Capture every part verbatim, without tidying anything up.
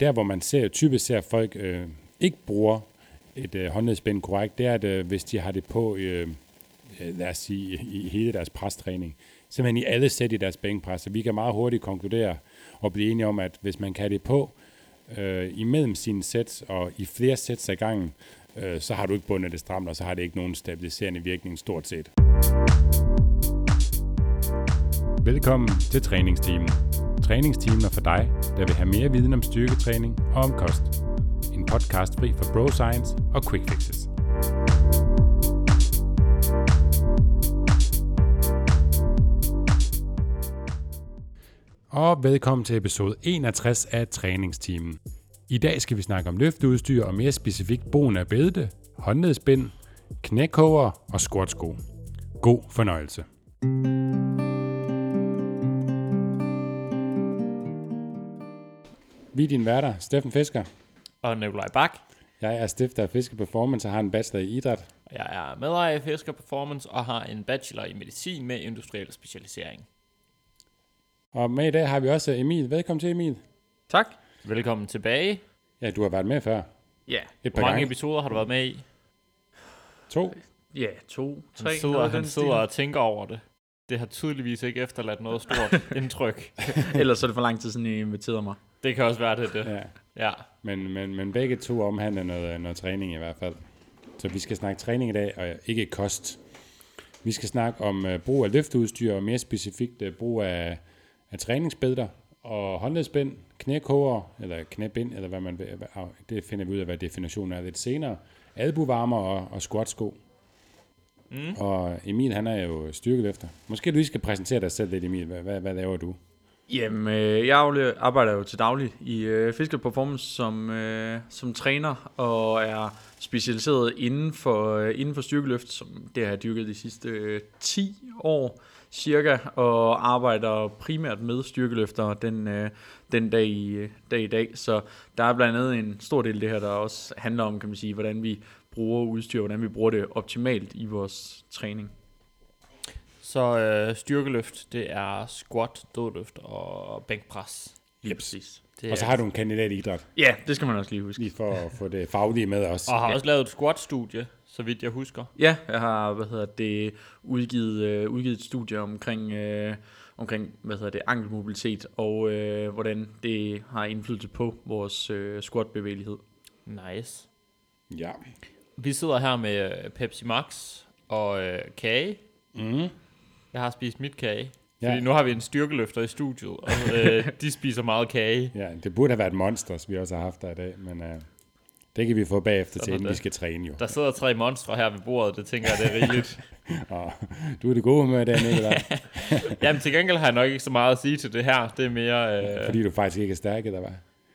der, hvor man ser, typisk ser folk øh, ikke bruger et øh, håndledsspænd korrekt, det er, at øh, hvis de har det på, øh, lad os sige, i, i hele deres prestræning, simpelthen i alle sæt i deres bænkpres, så vi kan meget hurtigt konkludere og blive enige om, at hvis man kan det på øh, imellem sine sæt og i flere sæt ad gangen, øh, så har du ikke bundet det stramt, og så har det ikke nogen stabiliserende virkning stort set. Velkommen til træningsteamen. Træningsteamen er for dig, der vil have mere viden om styrketræning og om kost. En podcast fri for bro science og quick fixes. Og velkommen til episode enogtres af træningsteamen. I dag skal vi snakke om løfteudstyr og mere specifikt brugen af bælte, håndledsbind, knækover og squatsko. God fornøjelse. Vi er dine værter, Steffen Fisker. Og Nikolaj Bak. Jeg er stifter af Fisker Performance og har en bachelor i idræt. Jeg er medejer af Fisker Performance og har en bachelor i medicin med industriel specialisering. Og med i dag har vi også Emil. Velkommen til, Emil. Tak. Velkommen tilbage. Ja, du har været med før. Ja. Et Hvor par mange gange. episoder har du været med i? To. Ja, to, tre. Han sidder, han sidder og tænker over det. Det har tydeligvis ikke efterladt noget stort indtryk. Ellers er det for lang tid siden, I inviterede mig. Det kan også være det, det. Ja. Ja. Men, men, men begge to omhandler noget, noget træning i hvert fald. Så vi skal snakke træning i dag, og ikke kost. Vi skal snakke om uh, brug af løfteudstyr, og mere specifikt uh, brug af, af træningsbælter og håndledsbind, knækover, eller knæbind, eller hvad man vil. Det finder vi ud af, hvad definitionen er lidt senere. Albuvarmer og, og squatsko. Mm. Og Emil, han er jo styrkeløfter. Måske du lige skal præsentere dig selv lidt, Emil. Hvad, hvad, hvad laver du? Jamen, øh, jeg arbejder jo til daglig i øh, Fisker Performance som, øh, som træner, og er specialiseret inden for, øh, inden for styrkeløft, som det har jeg dyrket de sidste øh, ti år cirka, og arbejder primært med styrkeløfter den, øh, den dag i, dag i dag. Så der er blandt andet en stor del af det her, der også handler om, kan man sige, hvordan vi bruger udstyr, hvordan vi bruger det optimalt i vores træning. Så øh, styrkeløft, det er squat, dødløft og bænkpres. Lige præcis. Det Og så er- har du en kandidat i idræt, Ja, det skal man også lige huske. lige for at få det faglige med os. Og har Ja. også lavet et squat-studie, så vidt jeg husker. Ja, jeg har, hvad hedder det, udgivet, øh, udgivet et studie omkring, øh, omkring, hvad hedder det, ankelmobilitet, og øh, hvordan det har indflydelse på vores øh, squat-bevægelighed. Nice. Ja. Vi sidder her med øh, Pepsi Max og øh, kage. Mm. Jeg har spist mit kage. Ja. Fordi nu har vi en styrkeløfter i studiet, og øh, de spiser meget kage. Ja, det burde have været monsters, vi også har haft der i dag, men uh, det kan vi få bagefter Sådan til, er inden det. vi skal træne jo. Der sidder tre monstre her ved bordet, det tænker jeg, det er rigeligt. Og du er det gode humør i dag, Nikolaj, Jamen til gengæld har jeg nok ikke så meget at sige til det her. Det er mere... Øh, fordi du faktisk ikke er stærk, eller hvad?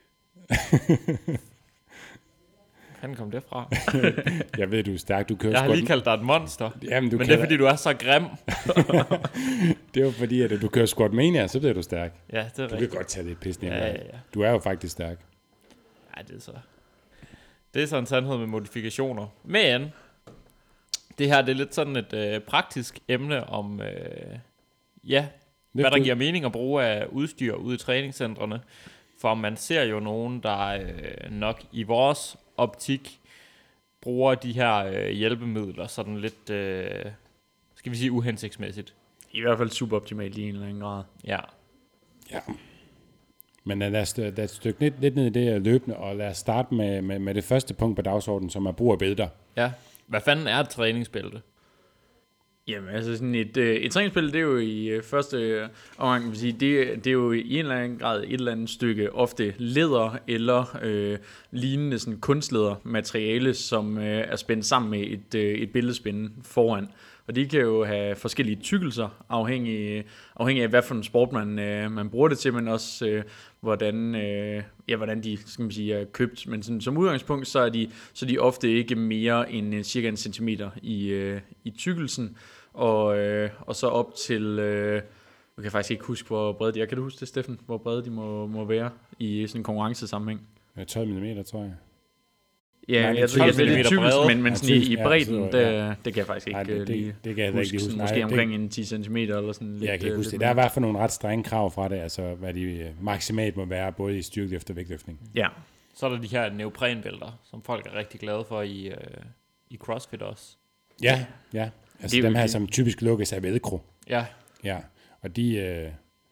Hvor kom det fra? Jeg ved, du er stærk, du kører Jeg har squat- lige kaldt dig et monster. Jamen, du Men det kalder... er fordi, du er så grim. det er jo fordi, at du kører squatmania, så bliver du stærk. Ja, det er Du kan rigtigt. godt tage det pis ned. Ja, ja, ja. Du er jo faktisk stærk. Ja, det er så... Det er så en sandhed med modifikationer. Men det her, det er lidt sådan et øh, praktisk emne om, øh, ja, hvad der Løfte- giver mening at bruge af udstyr ude i træningscentrene. For man ser jo nogen, der øh, nok i vores optik bruger de her øh, hjælpemidler sådan lidt, øh, skal vi sige, uhensigtsmæssigt. I hvert fald suboptimalt i en eller anden grad. Ja. Ja. Men lad os, lad os dykke lidt, lidt ned i det løbende, og lad os starte med, med, med det første punkt på dagsordenen, som er brug af bælter. Ja. Hvad fanden er et træningsbælte? Jamen, altså sådan et, øh, et træningsbælte, det er jo i øh, første øh, omgang, kan man sige, det, det er jo i en eller anden grad et eller andet stykke, ofte læder eller øh, lignende sådan kunstlæder materiale, som øh, er spændt sammen med et, øh, et bæltespænde foran. Og de kan jo have forskellige tykkelser, afhængig, afhængig af, hvad for en sport man, øh, man bruger det til, men også øh, hvordan, øh, ja, hvordan de skal man sige, er købt. Men sådan, som udgangspunkt, så er, de, så er de ofte ikke mere end øh, cirka en centimeter i, øh, i tykkelsen, og, øh, og så op til, øh, jeg kan faktisk ikke huske, hvor brede de er. Kan du huske det, Steffen? Hvor brede de må, må være i sådan en konkurrencesammenhæng? tolv millimeter, tror jeg. Ja, Nej, det er jeg tror, jeg tolv det er typisk, brede. men, men Ja, sådan i, i typisk, ja, bredden, så, ja, ja. det, det kan jeg faktisk ikke Nej, det, øh, det, lige det kan jeg heller ikke huske. huske. Måske Nej, omkring det, en ti centimeter eller sådan lidt. jeg kan ikke øh, huske lidt det. Der er i mere. hvert fald nogle ret strenge krav fra det, altså hvad de øh, maksimalt må være, både i styrkeløft og vægtløftning. Ja, Så er der de her neoprenbælter, som folk er rigtig glade for i, øh, i CrossFit også. Ja, ja. Altså Det er jo dem her, det. som typisk lukkes af velcro. Ja, Ja, og de, øh,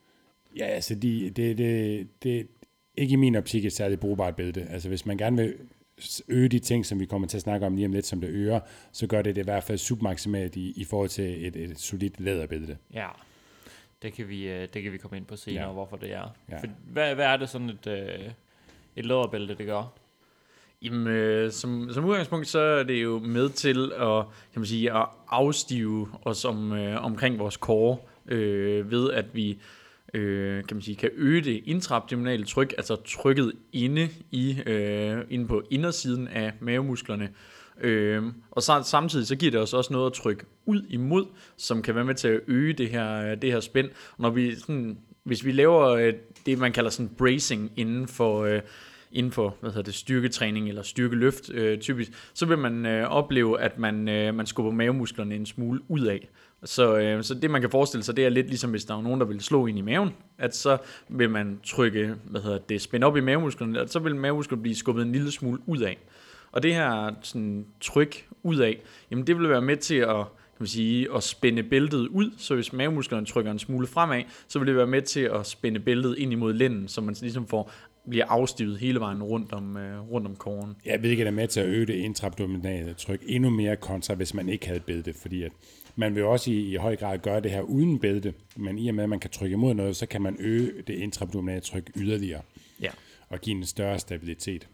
ja, altså de, det, det, det, ikke i min optik et særligt brugbart bælte. Altså hvis man gerne vil øge de ting, som vi kommer til at snakke om lige om lidt, som det øger, så gør det det i hvert fald submaksimalt i, i forhold til et, et solidt læderbælte. ja. Det kan vi, øh, det kan vi komme ind på senere, Ja. hvorfor det er. Ja. For, hvad, hvad er det sådan et, øh, et læderbælte, det gør? Jamen, øh, som, som udgangspunkt, så er det jo med til at, kan man sige, at afstive os om, øh, omkring vores core, øh, ved at vi øh, kan man sige, kan øge det intraabdominale tryk, altså trykket inde, i, øh, inde på indersiden af mavemusklerne. Øh, og så, samtidig så giver det os også noget at trykke ud imod, som kan være med til at øge det her, det her spænd. Når vi sådan, hvis vi laver øh, det, man kalder sådan bracing inden for... Øh, inden for hvad hedder det, styrketræning eller styrkeløft øh, typisk, så vil man øh, opleve, at man, øh, man skubber mavemusklerne en smule ud af. Så, øh, så det man kan forestille sig, det er lidt ligesom hvis der er nogen, der vil slå ind i maven, at så vil man trykke, hvad hedder det, spænde op i mavemusklerne, og så vil mavemusklerne blive skubbet en lille smule ud af. Og det her sådan, tryk ud af, jamen det vil være med til at kan man sige, at spænde bæltet ud, så hvis mavemusklerne trykker en smule fremad, så vil det være med til at spænde bæltet ind imod lænden, så man ligesom får bliver afstivet hele vejen rundt om, øh, rundt om kåren. Ja, hvilket er med til at øge det intraabdominale tryk endnu mere kontra, hvis man ikke havde bælte, fordi at man vil også i, i høj grad gøre det her uden bælte, men i og med, at man kan trykke imod noget, så kan man øge det intraabdominale tryk yderligere, Ja. og give en større stabilitet.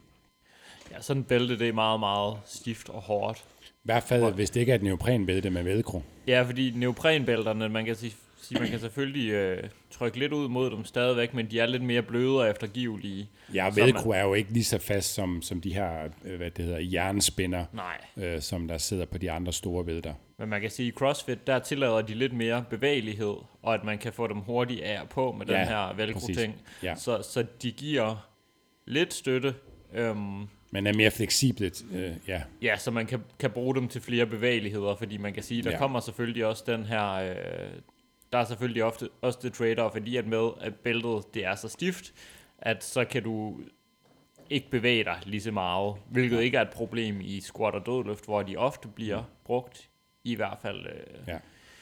Ja, sådan en bælte, det er meget, meget stift og hårdt. I hvert fald, hvis det ikke er et neoprenbælte med velcro. Ja, fordi neoprenbælterne, man kan sige, sige man kan selvfølgelig øh, trykke lidt ud mod dem stadigvæk, men de er lidt mere bløde og eftergivelige. Ja, Så velcro man- er jo ikke lige så fast som, som de her, øh, hvad det hedder, jernspænder, Nej, øh, som der sidder på de andre store bælter. men man kan sige, at i CrossFit, der tillader de lidt mere bevægelighed, og at man kan få dem hurtigt af og på med Ja, den her velcro-ting. Ja. Så, så de giver lidt støtte, øhm, Men er mere fleksibelt, øh, ja. ja, så man kan, kan bruge dem til flere bevægeligheder, fordi man kan sige, der Ja. kommer selvfølgelig også den her, øh, der er selvfølgelig ofte også det trader, fordi at med at bæltet det er så stift, at så kan du ikke bevæge dig lige så meget, hvilket ikke er et problem i squat og dødløft, hvor de ofte bliver brugt, i hvert fald, øh, Ja.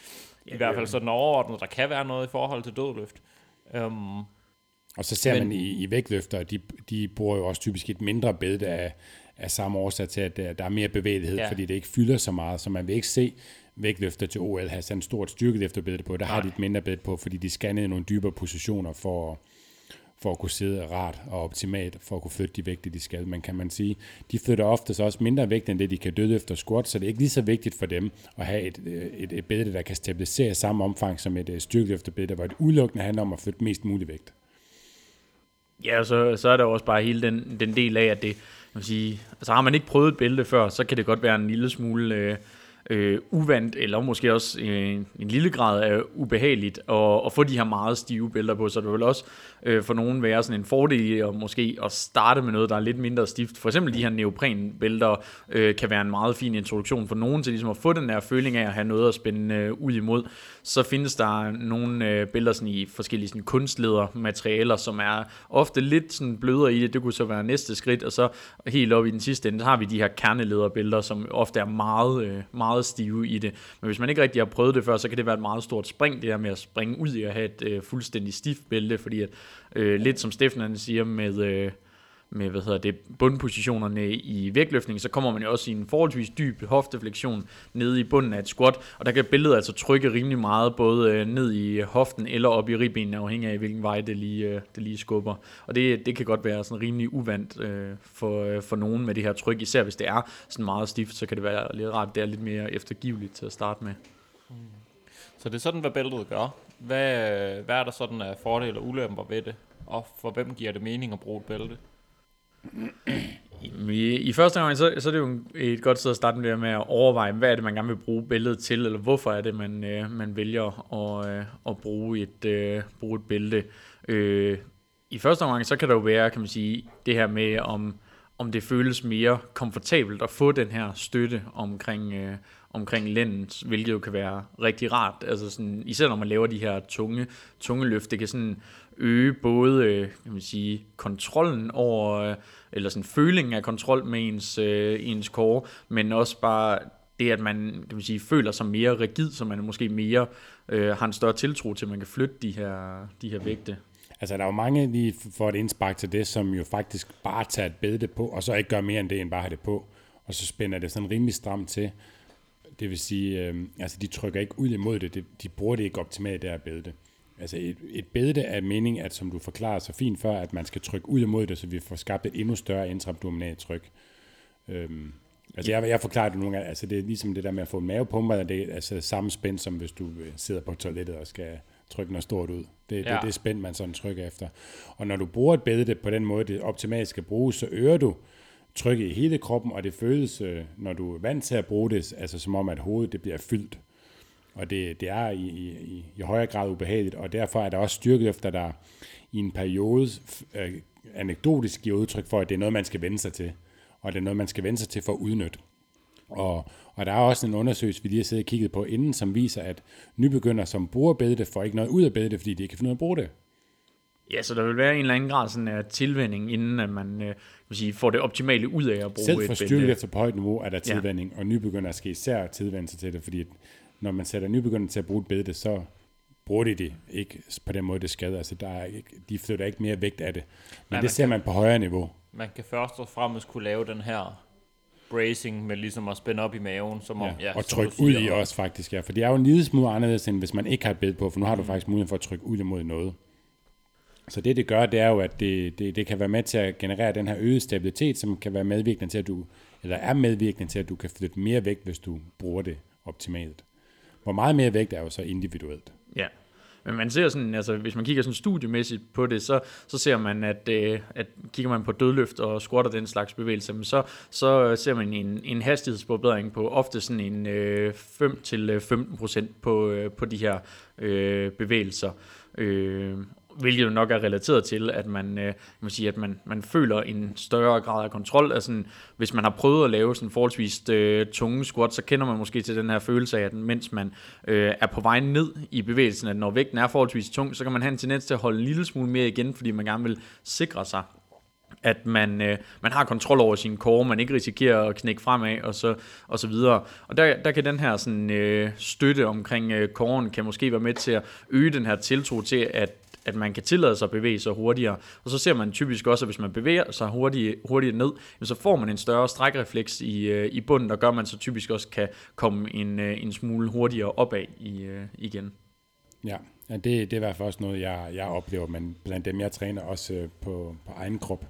i hvert fald sådan overordnet, der kan være noget i forhold til dødløft. Um, Og så ser Men- man i, i vægtløfter, de, de bruger jo også typisk et mindre bælte af, af samme årsag til, at der, der er mere bevægelighed, Ja. ja. fordi det ikke fylder så meget, så man vil ikke se vægtløfter til O L have sådan et stort styrkeløfterbælte på. Der har Nej. de et mindre bælte på, fordi de skal ned i nogle dybere positioner for, for at kunne sidde rart og optimalt, for at kunne flytte de vægte, de skal. Men kan man sige, de flytter ofte så også mindre vægt, end det de kan dødløfte og squat, så det er ikke lige så vigtigt for dem at have et, et, et bælte, der kan stabilisere i samme omfang som et styrkeløfterbælte, hvor det udelukkende handler om at flytte mest mulig vægt. Ja, og så, så er der jo også bare hele den, den del af, at det, man sige, altså har man ikke prøvet et bælte før, så kan det godt være en lille smule øh, øh, uvandt, eller måske også øh, en lille grad af ubehageligt at, at få de her meget stive bælter på, så det vil også øh, for nogen være sådan en fordel at måske at starte med noget, der er lidt mindre stift. For eksempel de her neoprenbælter øh, kan være en meget fin introduktion for nogen til ligesom at få den der føling af at have noget at spænde øh, ud imod. Så findes der nogle øh, bælter sådan i forskellige sådan kunstledermaterialer, som er ofte lidt sådan blødere i det. Det kunne så være næste skridt, og så helt op i den sidste ende, så har vi de her kernelederbælter, som ofte er meget, øh, meget stive i det. Men hvis man ikke rigtig har prøvet det før, så kan det være et meget stort spring, det her med at springe ud i at have et øh, fuldstændig stift bælte, fordi at, øh, lidt som Steffen han siger med... Øh, med hvad hedder det, bundpositionerne i vægtløftning, så kommer man jo også i en forholdsvis dyb hofteflektion nede i bunden af et squat, og der kan bæltet altså trykke rimelig meget, både øh, ned i hoften eller op i ribbenene, afhængig af hvilken vej det lige, øh, det lige skubber. Og det, det kan godt være sådan rimelig uvandt øh, for, øh, for nogen med det her tryk, især hvis det er sådan meget stift, så kan det være lidt rart, det er lidt mere eftergiveligt til at starte med. så det er sådan, hvad bæltet gør. Hvad, hvad er der sådan af fordele og ulemper ved det? Og for hvem giver det mening at bruge et bælte? I, I første gang, så, så er det jo et godt sted at starte med, med at overveje, hvad er det, man gerne vil bruge bæltet til, eller hvorfor er det, man, øh, man vælger at, øh, at bruge, et, øh, bruge et bælte. Øh, I første omgang, så kan der jo være, kan man sige, det her med, om, om det føles mere komfortabelt at få den her støtte omkring, øh, omkring lænden, hvilket jo kan være rigtig rart. Altså sådan, især når man laver de her tunge, tunge løft, det kan sådan øge både øh, kan man sige, kontrollen over, øh, eller sådan følingen af kontrol med ens, øh, ens core, men også bare det, at man, kan man sige, føler sig mere rigid, så man måske mere øh, har en større tiltro til, at man kan flytte de her, de her vægte. Altså, der er jo mange, lige får et indspark til det, som jo faktisk bare tager et bælte på, og så ikke gør mere end det, end bare have det på. Og så spænder det sådan rimelig stramt til. Det vil sige, øh, altså de trykker ikke ud imod det, de, de bruger det ikke optimalt, det her bælte. Altså et, et bælte er meningen, at som du forklarer så fint før, at man skal trykke ud imod det, så vi får skabt et endnu større intraabdominalt tryk. Øhm, altså jeg, jeg forklarer det nogle gange, altså det er ligesom det der med at få mavepumper, det er altså samme spænd, som hvis du sidder på toilettet og skal trykke noget stort ud. Det, ja. det, det er spænd, man sådan trykker efter. Og når du bruger et bælte på den måde, det optimalt skal bruges, så øger du trykket i hele kroppen, og det føles, når du er vant til at bruge det, altså som om, at hovedet det bliver fyldt. Og det, det er i, i, i højere grad ubehageligt, og derfor er der også styrkeløfter, der i en periode øh, anekdotisk giver udtryk for, at det er noget, man skal vende sig til, og det er noget, man skal vende sig til for at udnytte. Og, og der er også en undersøgelse, vi lige har siddet og kigget på inden, som viser, at nybegyndere, som bruger bælte, får ikke noget ud af bælte, fordi de ikke kan finde ud af at bruge det. Ja, så der vil være en eller anden grad sådan en tilvænning, inden at man øh, kan sige, får det optimale ud af at bruge Selv et for bælte. styrkeløfter på højt niveau er der tilvænning, ja. Og nybegyndere skal især tilvænne sig til det, fordi når man sætter nybegyndere til at bruge et bælte, så bruger de det ikke på den måde, det skader. Altså, der er ikke, de flytter ikke mere vægt af det. Men Nej, det ser kan, man på højere niveau. Man kan først og fremmest kunne lave den her bracing med ligesom at spænde op i maven. Som om, ja, ja, og trykke ud i også faktisk, ja. For det er jo en lille smule anderledes, end hvis man ikke har et bælte på, for nu har du faktisk mulighed for at trykke ud imod noget. Så det, det gør, det er jo, at det, det, det kan være med til at generere den her øgede stabilitet, som kan være medvirkende til, at du, eller er medvirkende til, at du kan flytte mere vægt, hvis du bruger det optimalt. Hvor meget mere vægt er jo så individuelt. Ja, men man ser sådan, altså hvis man kigger sådan studiemæssigt på det, så, så ser man, at, øh, at kigger man på dødløft og squat og den slags bevægelser, så, så ser man en, en hastighedsforbedring på ofte sådan en øh, fem til femten procent på, øh, på de her øh, bevægelser. Øh, hvilket jo nok er relateret til, at man, øh, man, sige, at man, man føler en større grad af kontrol. Altså, hvis man har prøvet at lave sådan forholdsvis øh, tunge squat, så kender man måske til den her følelse af, at mens man øh, er på vej ned i bevægelsen, at når vægten er forholdsvis tung, så kan man have en tendens til at holde en lille smule mere igen, fordi man gerne vil sikre sig, at man, øh, man har kontrol over sin core, man ikke risikerer at knække fremad, og så, og så videre. Og der, der kan den her sådan, øh, støtte omkring øh, coren, kan måske være med til at øge den her tiltro til, at at man kan tillade sig at bevæge sig hurtigere. Og så ser man typisk også, at hvis man bevæger sig hurtigt, hurtigt ned, så får man en større strækrefleks i, i bunden, der gør, at man så typisk også kan komme en, en smule hurtigere opad i, igen. Ja, ja det, det er i hvert fald også noget, jeg, jeg oplever, men blandt dem, jeg træner også på, på egen krop.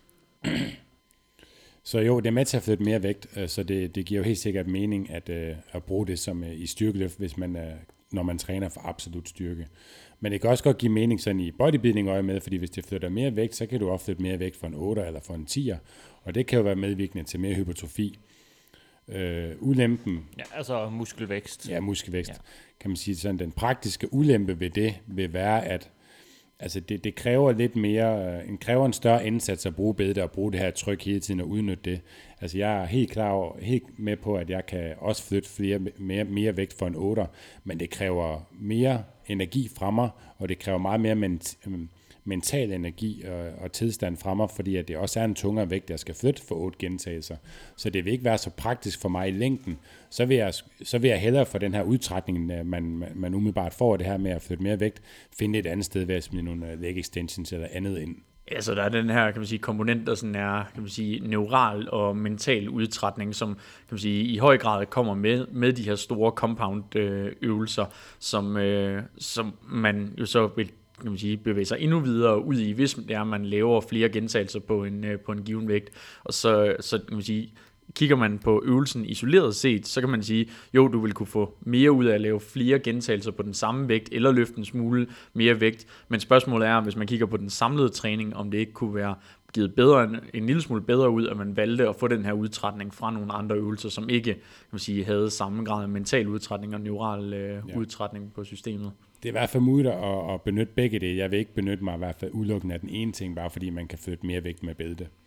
Så jo, det er med til at flytte mere vægt, så det, det giver jo helt sikkert mening at, at bruge det som i styrkeløft, hvis man, når man træner for absolut styrke. Men det kan også godt give mening sådan i bodybuilding øje med, fordi hvis det flytter mere vægt, så kan du også flytte mere vægt for en otter eller for en tier, og det kan jo være medvirkende til mere hypertrofi. Øh, ulempen... Ja, altså muskelvækst. Ja, muskelvækst. Ja. Kan man sige sådan, den praktiske ulempe ved det vil være, at altså det, det kræver lidt mere, en kræver en større indsats at bruge bælte og bruge det her tryk hele tiden og udnytte det. Altså jeg er helt klar over, helt med på, at jeg kan også flytte flere, mere, mere vægt for en otter, men det kræver mere energi fra mig, og det kræver meget mere ment, mental energi og, og tilstand fra mig, fordi at det også er en tungere vægt, jeg skal flytte for otte gentagelser. Så det vil ikke være så praktisk for mig i længden. Så vil jeg, så vil jeg hellere for den her udtrækning, man, man umiddelbart får det her med at flytte mere vægt, finde et andet sted ved at smide nogle leg extensions eller andet ind. Ja, så der er den her, kan man sige, komponent, der sådan er, kan man sige, neural og mental udtrætning, som, kan man sige, i høj grad kommer med, med de her store compound øh, øvelser, som, øh, som man jo så vil, kan man sige, bevæge sig endnu videre ud i, hvis det er, man laver flere gentagelser på en, øh, på en given vægt. Og så, så kan man sige, kigger man på øvelsen isoleret set, så kan man sige, jo, du vil kunne få mere ud af at lave flere gentagelser på den samme vægt, eller løfte en smule mere vægt. Men spørgsmålet er, hvis man kigger på den samlede træning, om det ikke kunne være givet bedre, en, en lille smule bedre ud, at man valgte at få den her udtrætning fra nogle andre øvelser, som ikke, kan man sige, havde samme grad af mental udtrætning og neural øh, ja. udtrætning på systemet. Det er i hvert fald muligt at, at benytte begge det. Jeg vil ikke benytte mig i hvert fald udelukkende af den ene ting, bare fordi man kan flytte mere vægt med bælte.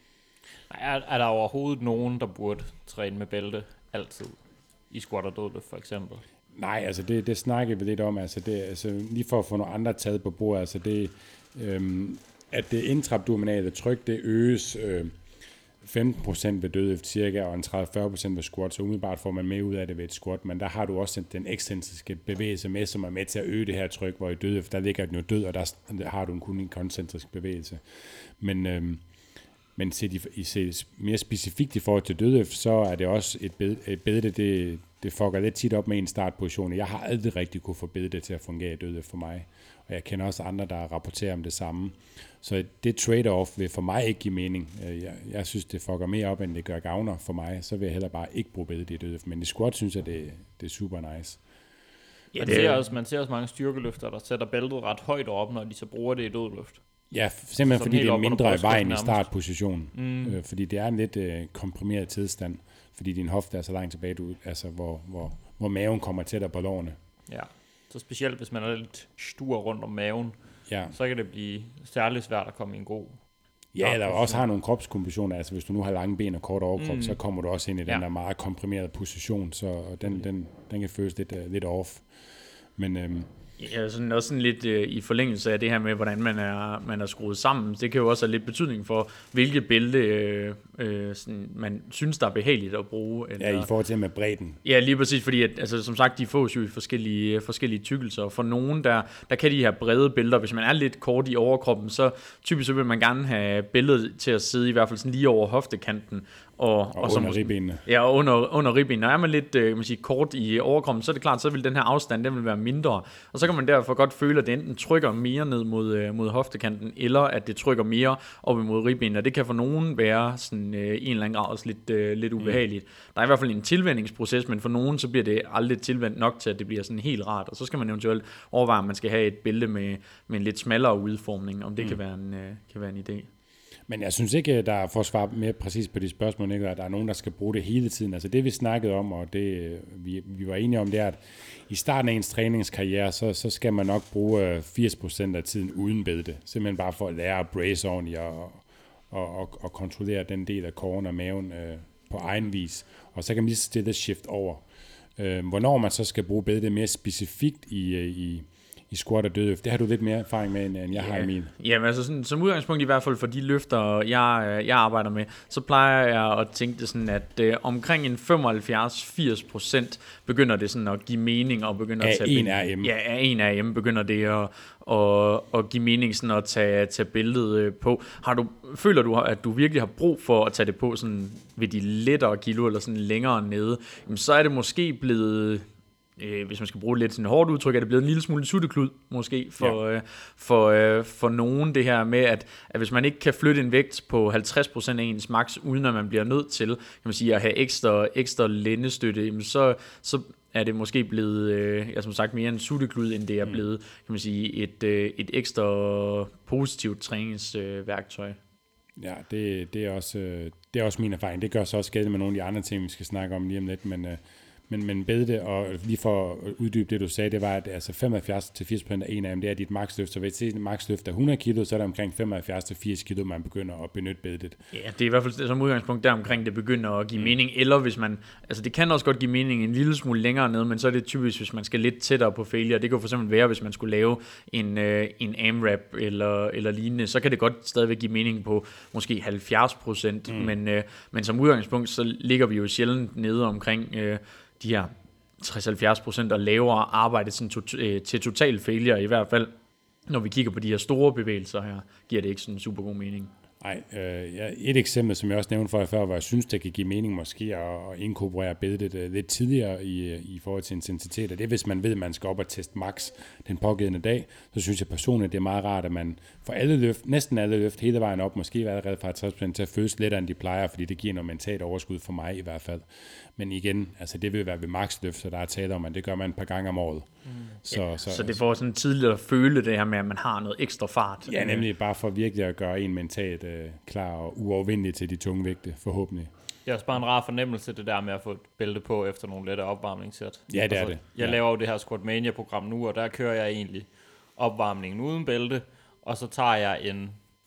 Er, er der overhovedet nogen, der burde træne med bælte altid? I squat og dødløft for eksempel? Nej, altså det, det snakker vi lidt om. Altså det, altså lige for at få nogle andre taget på bordet, altså det, øhm, at det intraabdominale tryk, det øges øh, femten procent ved dødløft cirka, og en tredive til fyrre procent ved squat, så umiddelbart får man mere ud af det ved et squat, men der har du også den eksentriske bevægelse med, som er med til at øge det her tryk, hvor i dødløft, der ligger den jo død, og der har du kun en koncentrisk bevægelse. Men, øhm, men set i, i set mere specifikt i forhold til dødløft, så er det også et bed, et bælte, det, det fucker lidt tit op med en startposition. Jeg har aldrig rigtig kunne få bælte til at fungere i dødløft for mig, og jeg kender også andre, der rapporterer om det samme. Så det trade-off vil for mig ikke give mening. Jeg, jeg synes, det fucker mere op, end det gør gavner for mig. Så vil jeg heller bare ikke bruge bælte i dødløft. Men i squat synes jeg, det, det er super nice. Ja, man, ser også, man ser også mange styrkeløfter, der sætter bæltet ret højt op, når de så bruger det i dødløft. Ja, simpelthen fordi det er mindre i vejen i startpositionen. Mm. Øh, fordi det er en lidt øh, komprimeret tilstand. Fordi din hofte er så langt tilbage, du, altså, hvor, hvor, hvor maven kommer tættere på lårene. Ja, så specielt hvis man er lidt stur rundt om maven, ja. så kan det blive særligt svært at komme i en god... Ja, eller også har nogle kropskompositioner. Altså hvis du nu har lange ben og kort overkrop, mm. så kommer du også ind i den ja. der meget komprimerede position, så den, den, den kan føles lidt, uh, lidt off. Men... Øhm, Ja, sådan også sådan lidt øh, i forlængelse af det her med, hvordan man er, man er skruet sammen. Det kan jo også have lidt betydning for, hvilket bælte øh, øh, sådan, man synes, der er behageligt at bruge. Eller, ja, i forhold til med bredden. Ja, lige præcis, fordi at, altså, som sagt, de fås jo i forskellige, forskellige tykkelser. For nogen, der, der kan de her brede bælter, hvis man er lidt kort i overkroppen, så typisk så vil man gerne have bæltet til at sidde i hvert fald sådan lige over hoftekanten. Og, og, og under ribbenene. Ja, og under, under ribbenene. Når er man lidt øh, man siger, kort i overkroppen, så er det klart, så vil den her afstand, den vil være mindre. Og så kan man derfor godt føle, at det enten trykker mere ned mod, øh, mod hoftekanten, eller at det trykker mere op imod ribbenene. Og det kan for nogen være sådan, øh, en eller anden grad også lidt, øh, lidt ubehageligt. Mm. Der er i hvert fald en tilvændingsproces, men for nogen så bliver det aldrig tilvendt nok til, at det bliver sådan helt rart. Og så skal man eventuelt overveje, om man skal have et bælte med, med en lidt smallere udformning, om det mm. kan, være en, øh, kan være en idé. Men jeg synes ikke, der er for at svare mere præcis på de spørgsmål, ikke? At der er nogen, der skal bruge det hele tiden. Altså det, vi snakkede om, og det vi, vi var enige om, det er, at i starten af ens træningskarriere, så, så skal man nok bruge firs procent af tiden uden bælte. Simpelthen bare for at lære at brace ordentligt og, og, og, og kontrollere den del af kåren og maven øh, på egen vis. Og så kan man lige stille shift over. Øh, hvornår man så skal bruge bælte mere specifikt i, i i squat og dødløft. Det har du lidt mere erfaring med, end jeg yeah. har i min. Jamen altså sådan, som udgangspunkt i hvert fald for de løfter, jeg, jeg arbejder med, så plejer jeg at tænke det sådan, at øh, omkring en femoghalvfjerds til firs procent begynder det sådan at give mening og begynder af at tage en R M. Ja, af en R M begynder det at, at, at give mening sådan at tage, tage billedet på. Har du, føler du, at du virkelig har brug for at tage det på sådan ved de lettere kilo eller sådan længere nede, jamen, så er det måske blevet... Øh, hvis man skal bruge lidt sådan hårdt udtryk, er det blevet en lille smule sutteklud, måske, for, ja. øh, for, øh, for nogen, det her med, at, at hvis man ikke kan flytte en vægt på halvtreds procent af ens max, uden at man bliver nødt til, kan man sige, at have ekstra, ekstra lændestøtte, så, så er det måske blevet, øh, ja, som sagt, mere en sutteklud, end det er blevet, kan man sige, et, øh, et ekstra positivt træningsværktøj. Øh, ja, det, det, er også, det er også min erfaring. Det gør så også gældende med nogle af de andre ting, vi skal snakke om lige om lidt, men... Øh, Men, men bælte, og lige for at uddybe det, du sagde, det var, at altså femoghalvfjerds til firs procent af en af dem, det er dit maksløft. Så hvis dit maksløft er hundrede kilo, så er det omkring femoghalvfjerds til firs kilo, man begynder at benytte bæltet. Ja, det er i hvert fald som udgangspunkt der omkring, det begynder at give mm. mening. Eller hvis man, altså det kan også godt give mening en lille smule længere ned, men så er det typisk, hvis man skal lidt tættere på failure. Det kan for eksempel være, hvis man skulle lave en, øh, en AMRAP eller, eller lignende, så kan det godt stadigvæk give mening på måske halvfjerds procent. Mm. Men, øh, men som udgangspunkt, så ligger vi jo sjældent nede omkring... Øh, de her tres til halvfjerds procent og lavere arbejde sådan to, øh, til total failure, i hvert fald når vi kigger på de her store bevægelser her, giver det ikke sådan super god mening. Nej, øh, ja, et eksempel, som jeg også nævnte for jer før, hvor jeg synes, det kan give mening måske at, at inkorporere bæltet uh, lidt tidligere i, i forhold til intensitet, og det er, hvis man ved, at man skal op og teste max den pågældende dag, så synes jeg personligt, det er meget rart, at man får alle løft, næsten alle løft hele vejen op, måske allerede fra halvtreds procent til at føles lettere, end de plejer, fordi det giver noget mentalt overskud for mig i hvert fald. Men igen, altså det vil være ved maxløft, så der er tale om, at det gør man et par gange om året. Mm. Så, ja, så, så det får sådan tidligt at føle det her med, at man har noget ekstra fart. Ja, nemlig bare for virkelig at gøre en mentalt øh, klar og uovervindelig til de tunge vægte, forhåbentlig. Det er også bare en rar fornemmelse, det der med at få et bælte på efter nogle lette opvarmningssæt. Ja, det altså, er det. Jeg ja. laver jo det her Squatmania-program nu, og der kører jeg egentlig opvarmningen uden bælte, og så tager jeg en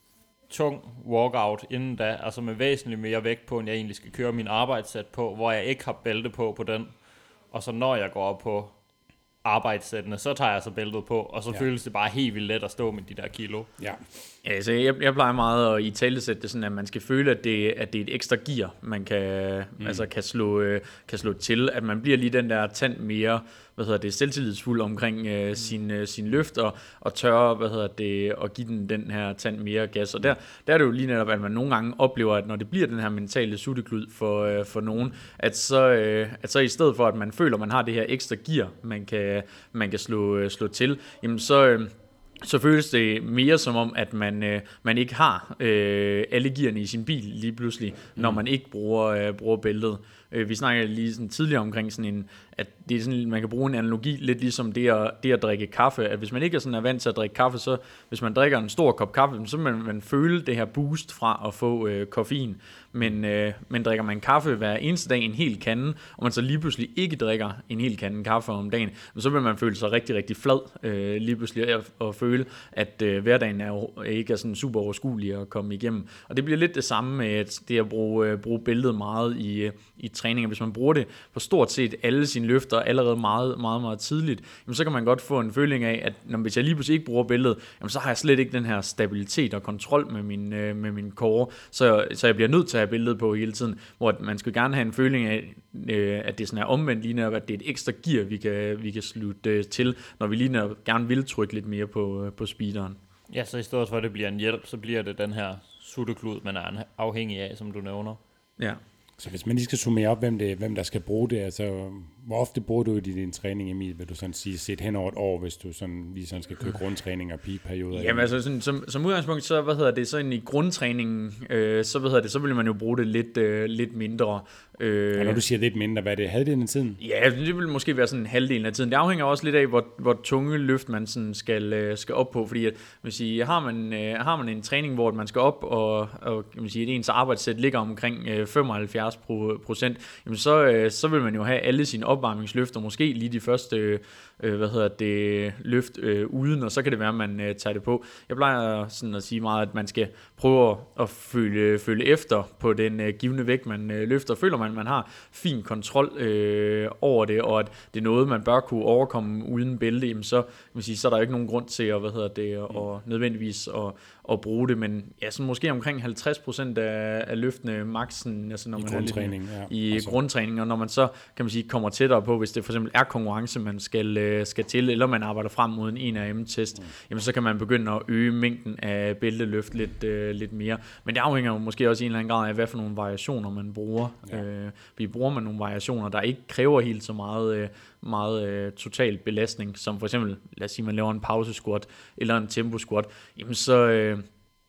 tung walkout inden da, altså med væsentligt mere vægt på, end jeg egentlig skal køre min arbejdssæt på, hvor jeg ikke har bælte på på den. Og så når jeg går op på arbejdssættene, så tager jeg så bæltet på, og så ja. føles det bare helt vildt let at stå med de der kilo. Ja. Ja, altså jeg, jeg plejer meget at i talesætte det sådan, at man skal føle, at det, at det er et ekstra gear, man kan, mm. altså kan, slå, øh, kan slå til, at man bliver lige den der tand mere, hvad hedder det, selvtillidsfuld omkring øh, mm. sin, øh, sin løft, og, og tør, hvad hedder det, at give den den her tand mere gas. Og der, der er det jo lige netop, at man nogle gange oplever, at når det bliver den her mentale sutteklud for, øh, for nogen, at så, øh, at så i stedet for, at man føler, at man har det her ekstra gear, man kan, man kan slå, øh, slå til, jamen så... Øh, så føles det mere som om, at man, øh, man ikke har øh, alle gearne i sin bil lige pludselig, mm. når man ikke bruger, øh, bruger bæltet. Øh, vi snakkede lige sådan tidligere omkring sådan en, at det er sådan, man kan bruge en analogi lidt ligesom det at, det at drikke kaffe. At hvis man ikke er, sådan er vant til at drikke kaffe, så hvis man drikker en stor kop kaffe, så vil man, man føle det her boost fra at få øh, koffein. Men, øh, men drikker man kaffe hver eneste dag en hel kande, og man så lige pludselig ikke drikker en hel kande kaffe om dagen, så vil man føle sig rigtig, rigtig flad øh, lige pludselig og, og føle, at øh, hverdagen er jo ikke er sådan super overskuelig at komme igennem. Og det bliver lidt det samme med at det at bruge, øh, bruge bæltet meget i, øh, i træning. Hvis man bruger det på stort set alle sine løfter allerede meget, meget, meget tidligt, jamen, så kan man godt få en føling af, at når, hvis jeg lige pludselig ikke bruger bæltet, jamen, så har jeg slet ikke den her stabilitet og kontrol med min, øh, med min core, så, så jeg bliver nødt til at have bæltet på hele tiden, hvor man skal gerne have en føling af, øh, at det sådan er omvendt lige netop, at det er et ekstra gear, vi kan, vi kan slutte øh, til, når vi lige netop gerne vil trykke lidt mere på, øh, på speederen. Ja, så i stedet for, at det bliver en hjælp, så bliver det den her sutteklud, man er afhængig af, som du nævner. Ja. Så hvis man lige skal summere op, hvem, det, hvem der skal bruge det, altså hvor ofte bruger du i din træning, Emil, vil du sådan sige, set hen over et år, hvis du sådan, lige sådan skal køre grundtræning og peak-perioder? Jamen altså, sådan, som, som udgangspunkt, så, hvad hedder det, så i grundtræningen, øh, så, hvad hedder det, så vil man jo bruge det lidt, øh, lidt mindre. Øh, og når du siger lidt mindre, hvad er det, halvdelen af tiden? Ja, det vil måske være sådan halvdelen af tiden. Det afhænger også lidt af, hvor, hvor tunge løft man sådan skal, øh, skal op på, fordi at, vil sige, har, man, øh, har man en træning, hvor man skal op, og, og kan man sige, at ens arbejdssæt ligger omkring øh, femoghalvfjerds procent, jamen så, øh, så vil man jo have alle sine opvarmningsløfter, måske lige de første øh, hvad hedder det, løft øh, uden, og så kan det være, at man øh, tager det på. Jeg plejer sådan at sige meget, at man skal prøve at følge, følge efter på den øh, givne vægt, man øh, løfter. Føler man, at man har fin kontrol øh, over det, og at det er noget, man bør kunne overkomme uden bælte, jamen så, man sige, så er der ikke nogen grund til at, hvad hedder det, og, og nødvendigvis at, at bruge det, men ja, så måske omkring halvtreds procent af, af løftene maksen, altså når I man grundtræning, er lidt, ja. i altså. grundtræning, og når man så, kan man sige, kommer tættere på, hvis det for eksempel er konkurrence, man skal, skal til, eller man arbejder frem mod en en R M-test, mm. jamen så kan man begynde at øge mængden af bælteløft lidt, øh, lidt mere, men det afhænger jo måske også i en eller anden grad af, hvad for nogle variationer man bruger. Ja. Øh, vi bruger man nogle variationer, der ikke kræver helt så meget, øh, meget øh, total belastning, som for eksempel, lad os sige, man laver en pause squat, eller en tempo squat, jamen så... Øh,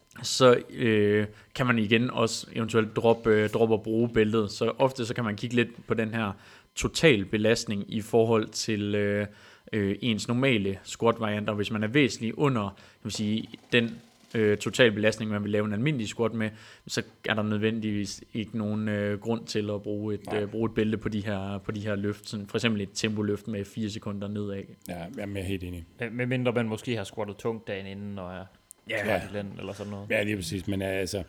så øh, kan man igen også eventuelt droppe, øh, droppe at bruge bæltet. Så ofte så kan man kigge lidt på den her total belastning i forhold til øh, øh, ens normale squat-varianter. Hvis man er væsentligt under, kan man sige, den øh, total belastning, man vil lave en almindelig squat med, så er der nødvendigvis ikke nogen øh, grund til at bruge et, øh, bruge et bælte på de her, på de her løft. Sådan for eksempel et tempo-løft med fire sekunder nedad. Ja, jeg er helt enig. Med mindre man måske har squattet tungt dagen inden, og er ja. eller sådan noget. Ja, lige præcis. Men altså,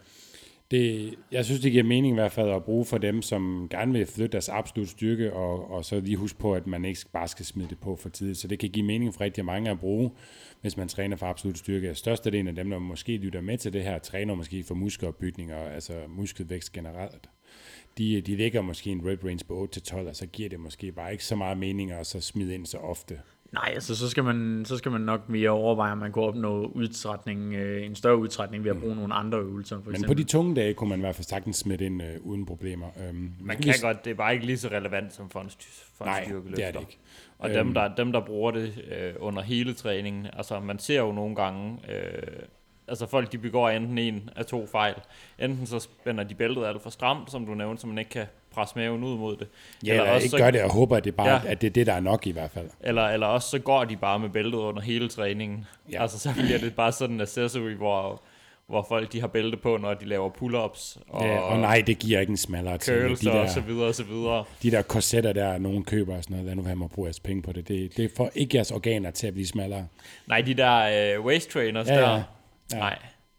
det, jeg synes, det giver mening i hvert fald at bruge for dem, som gerne vil flytte deres absolut styrke, og, og så lige huske på, at man ikke bare skal smide det på for tidligt. Så det kan give mening for rigtig mange at bruge, hvis man træner for absolut styrke. Størstedelen af dem, der måske lytter med til det her, træner måske for muskelopbygning og altså muskelvækst generelt. De, de ligger måske en rep range på otte til tolv, og så giver det måske bare ikke så meget mening at så smide ind så ofte. Nej, altså så skal man, så skal man nok mere overveje, om man kan opnå udtrætning, øh, en større udtrætning ved at bruge mm. nogle andre øvelser. For Men eksempel. på de tunge dage kunne man i hvert fald sagtens smide ind øh, uden problemer. Øhm, man kan vi... godt, det er bare ikke lige så relevant som for en, for en Nej, styrkeløfter. det er det ikke. Og øhm. dem, der, dem, der bruger det øh, under hele træningen, altså man ser jo nogle gange... Øh, Altså folk, de begår enten en af to fejl. Enten så spænder de bæltet alt for stramt, som du nævnte, så man ikke kan presse maven ud mod det. Ja, eller også ikke så, gør det og håber, at det, bare, ja. at det er det, der er nok i hvert fald. Eller, eller også så går de bare med bæltet under hele træningen. Ja. Altså så bliver det bare sådan en accessory, hvor, hvor folk de har bælte på, når de laver pull-ups. Og, ja, og nej, det giver ikke en smallere til. Curls de der, og så videre og så videre. De der korsetter der, nogen køber og sådan noget, lad nu være med at bruge jeres penge på det. Det, det får ikke jeres organer til at blive smallere. Nej, de der øh, waist trainers ja, der, ja. Ja. nej.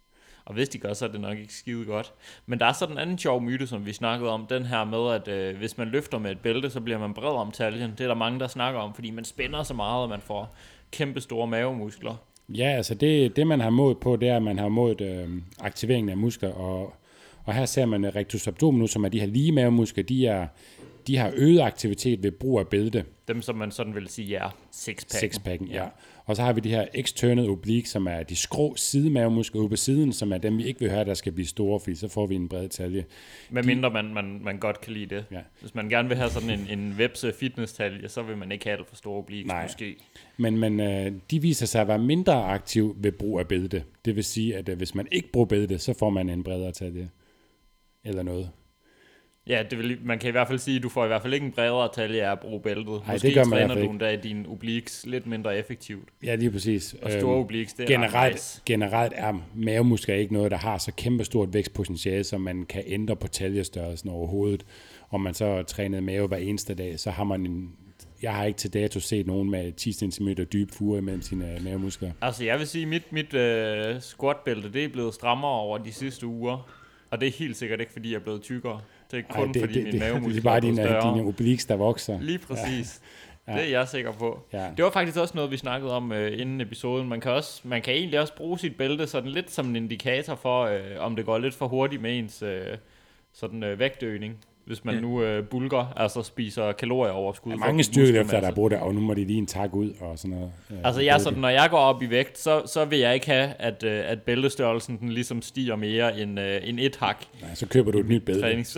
Og hvis de gør, så er det nok ikke skide godt. Men der er så den anden sjov myte, som vi snakkede om, den her med, at øh, hvis man løfter med et bælte, så bliver man bred om taljen. Det er der mange, der snakker om, fordi man spænder så meget, og man får kæmpe store mavemuskler. Ja, altså det, det man har målt på, det er, at man har målt øh, aktiveringen af muskler, og, og her ser man rectus abdominus, som er de her lige mavemuskler, de, er, de har øget aktivitet ved brug af bælte. Dem, som man sådan vil sige, ja, sixpacken. Sixpacken, ja. ja. Og så har vi de her external oblique, som er de skrå sidemavemuskler ude på siden, som er dem, vi ikke vil høre, der skal blive store, fordi så får vi en bred talje. Med mindre man, man, man godt kan lide det. Ja. Hvis man gerne vil have sådan en, en webse fitness-talje, så vil man ikke have alt for store obliques. Nej. Måske. Men, men øh, de viser sig at være mindre aktiv ved brug af bælte. Det vil sige, at øh, hvis man ikke bruger bælte, så får man en bredere talje. Eller noget. Ja, det vil, man kan i hvert fald sige, at du får i hvert fald ikke en bredere talje af at bruge bæltet. Ej, Måske det gør man træner du endda dine obliques lidt mindre effektivt. Ja, lige præcis. Og store øhm, obliques, det er generelt, nice. generelt er mavemuskler ikke noget, der har så kæmpe stort vækstpotentiale, som man kan ændre på taljestørrelsen overhovedet. Om man så træner mave hver eneste dag, så har man en... Jeg har ikke til dato set nogen med ti centimeter dyb fure imellem sine mavemuskler. Altså, jeg vil sige, at mit, mit uh, squatbælte, det er blevet strammere over de sidste uger. Og det er helt sikkert ikke, fordi jeg er blevet tykkere. Det er kun Ej, det, fordi det, min mavemuskler er blevet større. Det er bare dine obliques, der vokser. Lige præcis. Ja. Det er jeg sikker på. Ja. Det var faktisk også noget, vi snakkede om uh, inden episoden. Man kan, også, man kan egentlig også bruge sit bælte sådan lidt som en indikator for, uh, om det går lidt for hurtigt med ens uh, sådan, uh, vægtøgning. Hvis man ja. nu øh, bulker, altså spiser kalorieoverskud. Der er mange styrkeløfter, der bruger det, og nu må de lige en tak ud og sådan noget. Ja, altså jeg, sådan, når jeg går op i vægt, så, så vil jeg ikke have, at, øh, at bæltestørrelsen den ligesom stiger mere end, øh, end et hak. Nej, så køber du et nyt bælte. Trænings-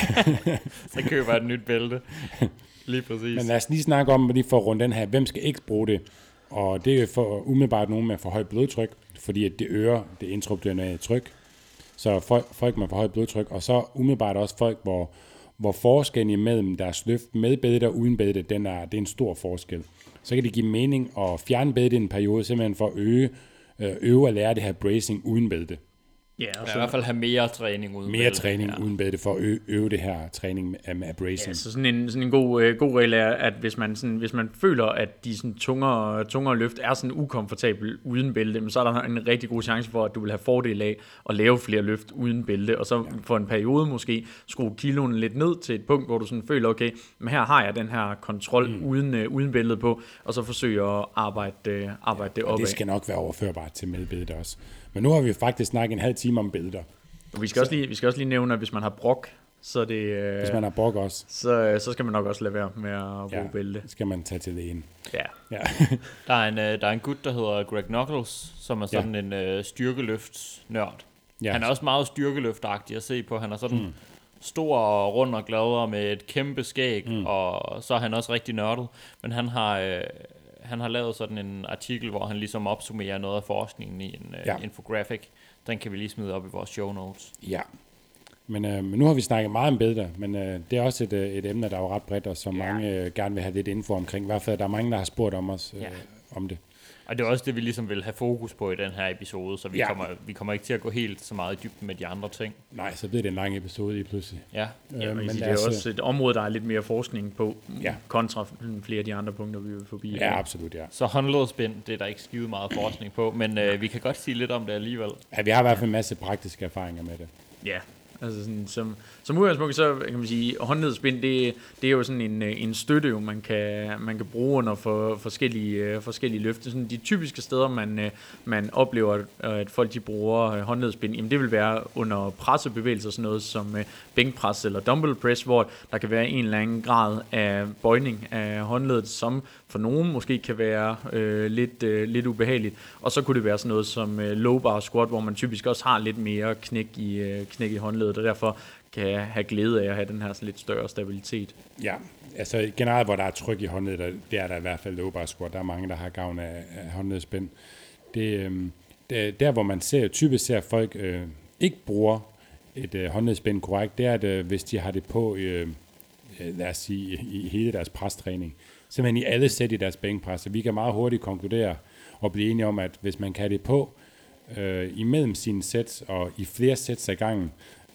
så køber jeg et nyt bælte. Lige præcis. Men lad os lige snakke om, lige for at runde den her, hvem skal ikke bruge det? Og det er for umiddelbart nogen med for højt blodtryk, fordi at det øger det intraoperative tryk. Så folk, folk med for højt blodtryk, og så umiddelbart også folk, hvor hvor forskellen imellem deres løft med bælte og uden bælte, den er, det er en stor forskel. Så kan det give mening at fjerne bælte i en periode, simpelthen for at øge, øve at lære det her bracing uden bælte. Ja, og så i hvert fald have mere træning uden mere bælte. træning ja. uden bælte for at øve, øve det her træning med, med bracing. Ja, så sådan en, sådan en god, øh, god regel er, at hvis man, sådan, hvis man føler, at de sådan tungere, tungere løft er sådan ukomfortabel uden bælte, så er der en rigtig god chance for, at du vil have fordel af at lave flere løft uden bælte, og så ja. for en periode måske skrue kiloen lidt ned til et punkt, hvor du sådan føler, okay, men her har jeg den her kontrol mm. uden, øh, uden bæltet på, og så forsøge at arbejde, øh, arbejde ja, det opad. Det skal nok være overførbart til med bælte også. Men nu har vi faktisk snakket en halv time om bælter. Og vi skal, også lige, vi skal også lige nævne, at hvis man har brok, så det, øh, hvis man har brok også, så, så skal man nok også lade være med at bruge ja, bælte. skal man tage til lægen. Ja. ja. der, er en, der er en gut, der hedder Greg Knuckles, som er sådan ja. en øh, styrkeløftsnørd. Ja. Han er også meget styrkeløftagtig at se på. Han er sådan mm. stor og rund og glad med et kæmpe skæg, mm. og så er han også rigtig nørdet. Men han har... Øh, Han har lavet sådan en artikel, hvor han ligesom opsummerer noget af forskningen i en ja. uh, infographic. Den kan vi lige smide op i vores show notes. Ja, men, øh, men nu har vi snakket meget om bælter, men øh, det er også et, et emne, der er jo ret bredt, og som ja. mange øh, gerne vil have lidt info omkring. I hvert fald, der er mange, der har spurgt om os øh, ja. om det. Og det er også det, vi ligesom vil have fokus på i den her episode, så vi, ja. kommer, vi kommer ikke til at gå helt så meget i dybden med de andre ting. Nej, så bliver det en lang episode i pludselig. Ja, øh, ja men det er også et område, der er lidt mere forskning på, ja. kontra flere af de andre punkter, vi vil forbi. Ja, absolut, ja. Så håndledspænd, det er der ikke skide meget forskning på, men øh, vi kan godt sige lidt om det alligevel. Ja, vi har i hvert fald en masse praktiske erfaringer med det. Ja. Altså sådan, som, som udgangspunkt, så kan man sige, håndledsbind, det, det er jo sådan en, en støtte, jo, man, kan, man kan bruge under for forskellige, forskellige løfte. Sådan de typiske steder, man, man oplever, at folk de bruger håndledsbind, jamen det vil være under pressebevægelser, sådan noget som bænkpres eller dumbbell press, hvor der kan være en eller anden grad af bøjning af håndledet, som for nogen måske kan være øh, lidt, øh, lidt ubehageligt. Og så kunne det være sådan noget som øh, low bar squat, hvor man typisk også har lidt mere knæk i, øh, knæk i håndledet, og derfor kan have glæde af at have den her lidt større stabilitet. Ja, altså generelt, hvor der er tryk i håndledet, det er der i hvert fald low bar squat. Der er mange, der har gavn af, af håndledsspænd. Det, øh, det, der, hvor man ser, typisk ser folk øh, ikke bruger et øh, håndledsspænd korrekt, det er, at øh, hvis de har det på, øh, lad os sige, i, i hele deres prestræning, simpelthen i alle sæt i deres bænkpres. Så vi kan meget hurtigt konkludere og blive enige om, at hvis man kan det på øh, imellem sine sæt og i flere sæt ad gangen,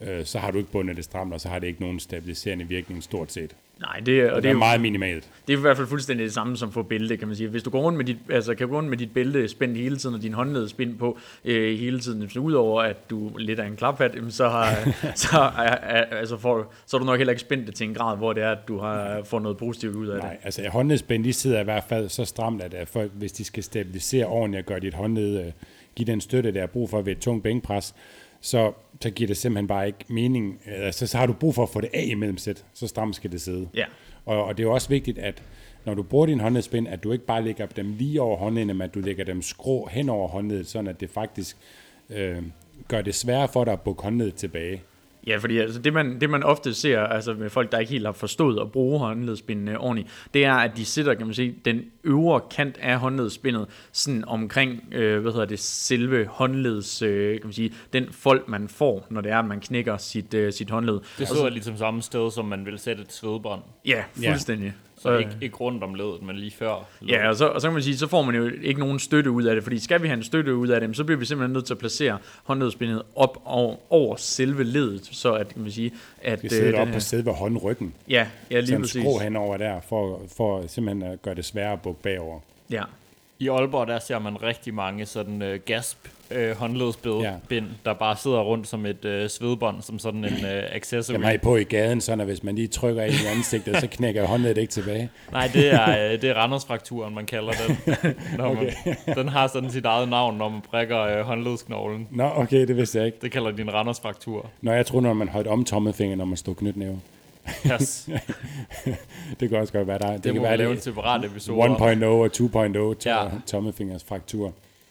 øh, så har du ikke bundet det stramt, og så har det ikke nogen stabiliserende virkning stort set. Nej, det, og Og det, det er er jo, meget minimalt. det er i hvert fald fuldstændig det samme som for bælte, kan man sige. Hvis du går rundt med dit, altså, kan gå rundt med dit bælte spændt hele tiden, og din håndled spændt på øh, hele tiden, så udover at du lidt af en klaphat, så, har, så, er, er, altså for, så er du nok heller ikke spændt det til en grad, hvor det er, at du har fået noget positivt ud af Nej, det. altså håndledspænd, de sidder i hvert fald så stramt, at at folk, hvis de skal stabilisere ordentligt og gøre dit håndled, øh, give den støtte, der er brug for ved et tungt bænkpres, så, så giver det simpelthen bare ikke mening. Altså, så har du brug for at få det af imellem sæt, så stramt skal det sidde. Ja. Og, og det er jo også vigtigt, at når du bruger din håndledspænd, at du ikke bare lægger dem lige over håndledet, men at du lægger dem skrå hen over håndledet, sådan at det faktisk øh, gør det sværere for dig at bukke håndledet tilbage. Ja, fordi altså det, man, det man ofte ser altså med folk, der ikke helt har forstået at bruge håndledspindene ordentligt, det er, at de sætter, kan man sige, den øvre kant af håndledspindet sådan omkring, øh, hvad hedder det, selve håndleds, øh, kan man sige, den fold, man får, når det er, at man knækker sit, øh, sit håndled. Det sidder ligesom samme sted, som man vil sætte et svedbånd. Ja, fuldstændig. Så ikke, ikke rundt om ledet, men lige før ledet. Ja, og så, og så kan man sige, så får man jo ikke nogen støtte ud af det, fordi skal vi have en støtte ud af dem, så bliver vi simpelthen nødt til at placere håndledspindet op over, over selve ledet, så at, kan man sige, at... Det sidder øh, op den på selve håndryggen. Ja, ja, lige Sådan præcis. skrå henover der, for, for simpelthen at gøre det sværere at bukke bagover. Ja. I Aalborg, der ser man rigtig mange sådan uh, gasp uh, håndledsbind, Ja. ja. der bare sidder rundt som et uh, svedbånd, som sådan en uh, accessory. Dem har I på i gaden, sådan at hvis man lige trykker ind i ansigtet, så knækker håndledet ikke tilbage. Nej, det er, uh, det er Randersfrakturen, man kalder den. Når Okay. man, den har sådan sit eget navn, når man brækker uh, håndledsknoglen. Nå, okay, det vidste jeg ikke. Det kalder de en Randersfraktur. Nå, jeg tror, når man holdt om tommelfinger, når man stod knytnæve. Yes. Det kan også godt være der. Det, Det, det må kan vi være lave en det separat episode en om. punkt nul og to punkt nul to Ja. tommelfingers fraktur.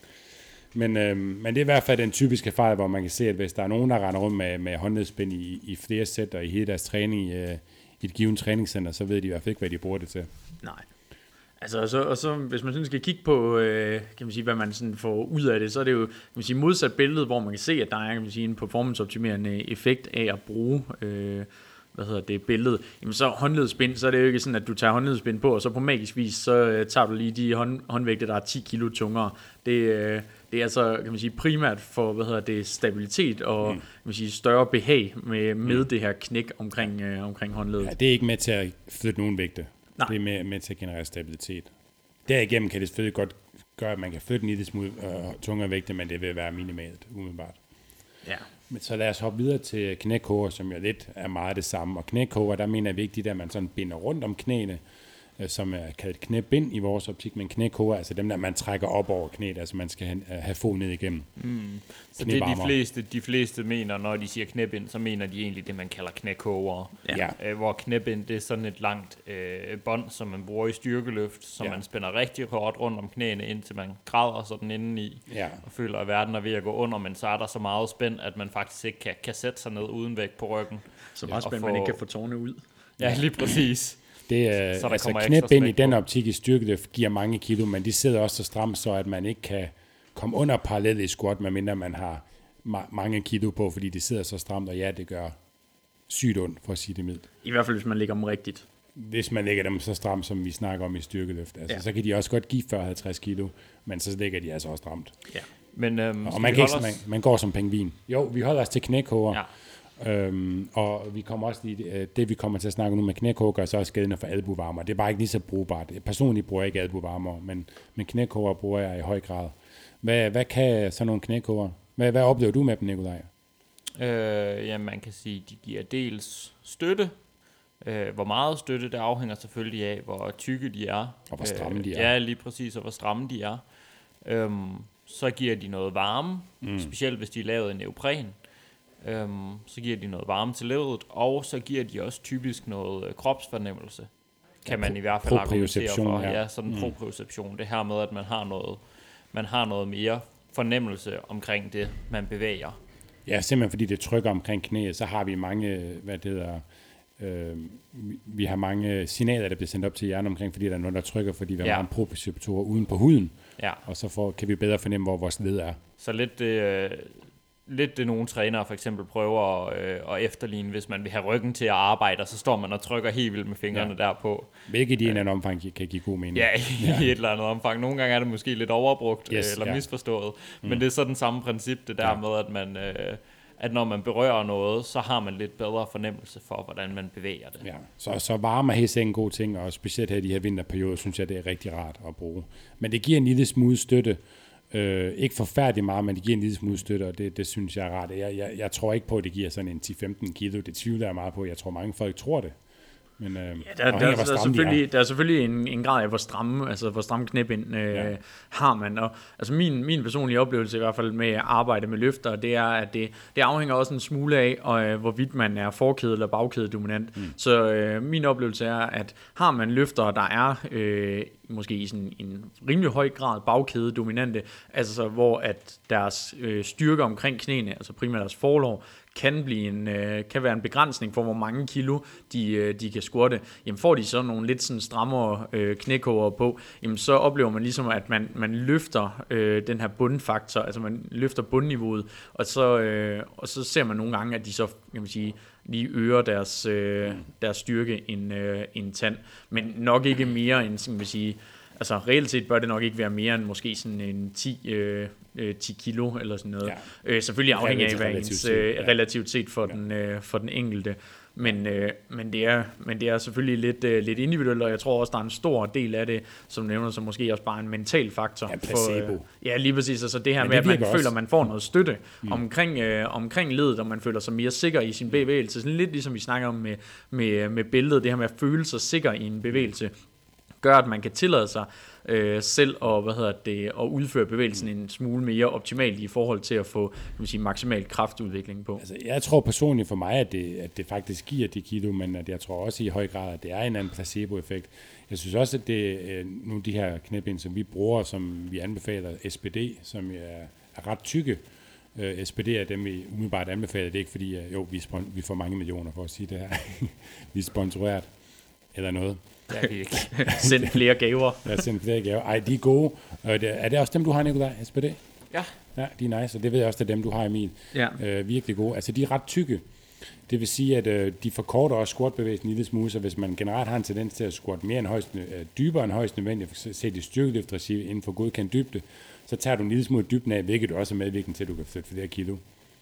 Men, øhm, men det er i hvert fald den typiske fejl, hvor man kan se, at hvis der er nogen, der render rundt med, med håndledspænd i, i flere sæt og i hele deres træning i, øh, i et givet træningscenter, så ved de i hvert fald ikke, hvad de bruger det til. Nej. Altså, og så, og så hvis man sådan skal kigge på, øh, kan man sige, hvad man sådan får ud af det, så er det jo, kan man sige, modsat billedet, hvor man kan se, at der er, kan man sige, en performanceoptimerende effekt af at bruge, øh, hvad hedder det, billedet. Jamen så håndledspind, så er det jo ikke sådan, at du tager håndledspind på, og så på magisk vis, så øh, tager du lige de hånd, håndvægte, der er ti kilo tungere. Det, øh, det er altså, kan man sige, primært for, hvad hedder det, stabilitet og, mm. kan man sige, større behag med, med mm. det her knæk omkring, øh, omkring håndledet. Ja, det er ikke med til at flytte nogen vægte. Nej. Det er med, med til at generere stabilitet. Derigennem kan det selvfølgelig godt gøre, at man kan flytte en lille smule øh, tungere vægte, men det vil være minimalt, umiddelbart. Ja. Men så lad os hoppe videre til knækover, som jo lidt er meget det samme. Og knækover, der mener jeg vigtigt, at man sådan binder rundt om knæene, øh, som er kaldt knæbind i vores optik, men knækover, altså dem der, man trækker op over knæet, altså man skal have, have fod ned igennem. Mm. Så det er de fleste, de fleste mener, når de siger knæbind, så mener de egentlig det, man kalder knækover. Ja. Øh, hvor knæbind, det er sådan et langt øh, bånd, som man bruger i styrkeløft, som Ja. man spænder rigtig hårdt rundt om knæene, indtil man græder sådan indeni, Ja. og føler, at verden er ved at gå under, men så er der så meget spænd, at man faktisk ikke kan, kan sætte sig ned uden vægt på ryggen. Så meget Og spændt, få- man ikke kan få tårne ud. Ja, lige præcis. Det er, Så der altså kommer ekstra knæbind i smæk den på. optik i styrkeløft giver mange kilo, men de sidder også så stramt, så at man ikke kan komme under parallel i squat, medmindre man har ma- mange kilo på, fordi de sidder så stramt, og ja, det gør sygt ondt, for at sige det mildt. I hvert fald, hvis man lægger dem rigtigt. Hvis man lægger dem så stramt, som vi snakker om i styrkeløft, altså, Ja. ja. så kan de også godt give fyrre til halvtreds kilo, men så ligger de altså også stramt. Ja. Men, øhm, Og skal man, vi kan ikke, holde man, os- man går som pengvin. Jo, vi holder os til knækover. Ja. Øhm, og vi kommer også lige, øh, det vi kommer til at snakke nu med knækoger, gør så også gældende for albuvarmer. Det er bare ikke lige så brugbart. Personligt bruger jeg ikke albuvarmer, men, men knækoger bruger jeg i høj grad. Hvad, hvad kan sådan nogle knækoger? Hvad, hvad oplever du med dem, Nikolaj? Øh, ja, man kan sige, de giver dels støtte. Øh, hvor meget støtte, det afhænger selvfølgelig af, hvor tykke de er. Og hvor stramme de er. Ja, lige præcis, og hvor stramme de er. Øhm, så giver de noget varme, mm. specielt hvis de er lavet i neopren. Øhm, så giver de noget varme til ledet, og så giver de også typisk noget øh, kropsfornemmelse. Kan Ja, man i hvert fald argumentere proprioception, for. ja. Ja, sådan en Mm. proprioception. Det her med, at man har noget, man har noget mere fornemmelse omkring det, man bevæger. Ja, simpelthen fordi det trykker omkring knæet, så har vi mange, hvad det hedder, øh, vi- vi har mange signaler, der bliver sendt op til hjernen omkring, fordi der er noget, der trykker, fordi vi har Ja. mange proprioceptorer uden på huden, Ja. og så får, kan vi bedre fornemme, hvor vores led er. Så lidt det, øh, lidt det nogle trænere for eksempel prøver øh, at efterligne, hvis man vil have ryggen til at arbejde, og så står man og trykker helt vildt med fingrene Ja. derpå. Hvilket i en eller anden omfang gi- kan give god mening. Ja, i et eller andet omfang. Nogle gange er det måske lidt overbrugt Yes, øh, eller ja. misforstået, mm. men det er så den samme princip, det der Ja. med, at man, øh, at når man berører noget, så har man lidt bedre fornemmelse for, hvordan man bevæger det. Ja, så, så varme er helt sikkert en god ting, og specielt her i de her vinterperioder, synes jeg, det er rigtig rart at bruge. Men det giver en lille smule støtte. Øh, ikke forfærdeligt meget, men det giver en lille smule støtte, og det, det synes jeg er rart. Jeg, jeg, jeg tror ikke på, at det giver sådan en ti til femten kilo. Det tvivler jeg meget på. Jeg tror, mange folk tror det. Men, øh, ja, der, der, der, der, er selvfølgelig, er. der er selvfølgelig en, en grad af, hvor stramme, altså hvor stramme knæbind øh, ja. har man. Og, altså min, min personlige oplevelse i hvert fald med at arbejde med løfter, det er, at det, det afhænger også en smule af, og, øh, hvorvidt man er forkæde eller bagkæde dominant. Mm. Så øh, min oplevelse er, at har man løfter, der er øh, måske i sådan en rimelig høj grad bagkæde dominante, altså hvor at deres øh, styrke omkring knæene, altså primært deres forlov, kan blive en øh, kan være en begrænsning for hvor mange kilo de øh, de kan squatte. Jamen får de så nogle lidt sådan strammere øh, knækover på, jamen så oplever man ligesom at man man løfter øh, den her bundfaktor, altså man løfter bundniveauet, og så øh, og så ser man nogle gange at de så kan man sige lige øger deres øh, deres styrke en øh, en tand, men nok ikke mere end kan man sige. Altså reelt set bør det nok ikke være mere end måske sådan en ti, øh, ti kilo eller sådan noget. Ja. Øh, selvfølgelig afhængig af hvad ens øh, relativt set for ja. den øh, for den enkelte. Men øh, men det er men det er selvfølgelig lidt øh, lidt individuelt, og jeg tror også der er en stor del af det, som nævner, som måske også bare en mental faktor. Ja, placebo. For, øh, ja, lige præcis. Altså det her men med det at man også. føler at man får noget støtte mm. omkring øh, omkring ledet, og man føler sig mere sikker i sin bevægelse. Sådan lidt ligesom vi snakker om med med med bæltet, det her med at føle sig sikker i en bevægelse, gør at man kan tillade sig øh, selv og hvad hedder det at udføre bevægelsen en smule mere optimalt i forhold til at få, kan man sige, maksimal kraftudvikling på. Altså, jeg tror personligt for mig, at det, at det faktisk giver de kilo, men at jeg tror også i høj grad, at det er en anden placeboeffekt. Jeg synes også, at det er nogle af de her knæbind, som vi bruger, som vi anbefaler, S P D, som er, er ret tykke. Uh, S P D er dem, vi umiddelbart anbefaler. Det er ikke fordi, uh, jo, vi, spon- vi får mange millioner for at sige det her. Vi er sponsoreret eller noget. Det er vi ikke. Send flere gaver. Ja, send flere gaver. Ej, de er gode. Er det, er det også dem, du har, Nikolaj? S P D? Ja. Ja, de er nice, og det ved jeg også, det er dem, du har, Emil. Ja. Øh, virkelig gode. Altså, de er ret tykke. Det vil sige, at øh, de forkorter også squatbevægelsen en lille smule, så hvis man generelt har en tendens til at squat mere end højst, øh, dybere end højst nødvendigt, for at se det styrkeløftregi inden for godkendt dybde, så tager du en lille smule dybden af, hvilket du også er medvirkende til, at du kan flytte flere kilo.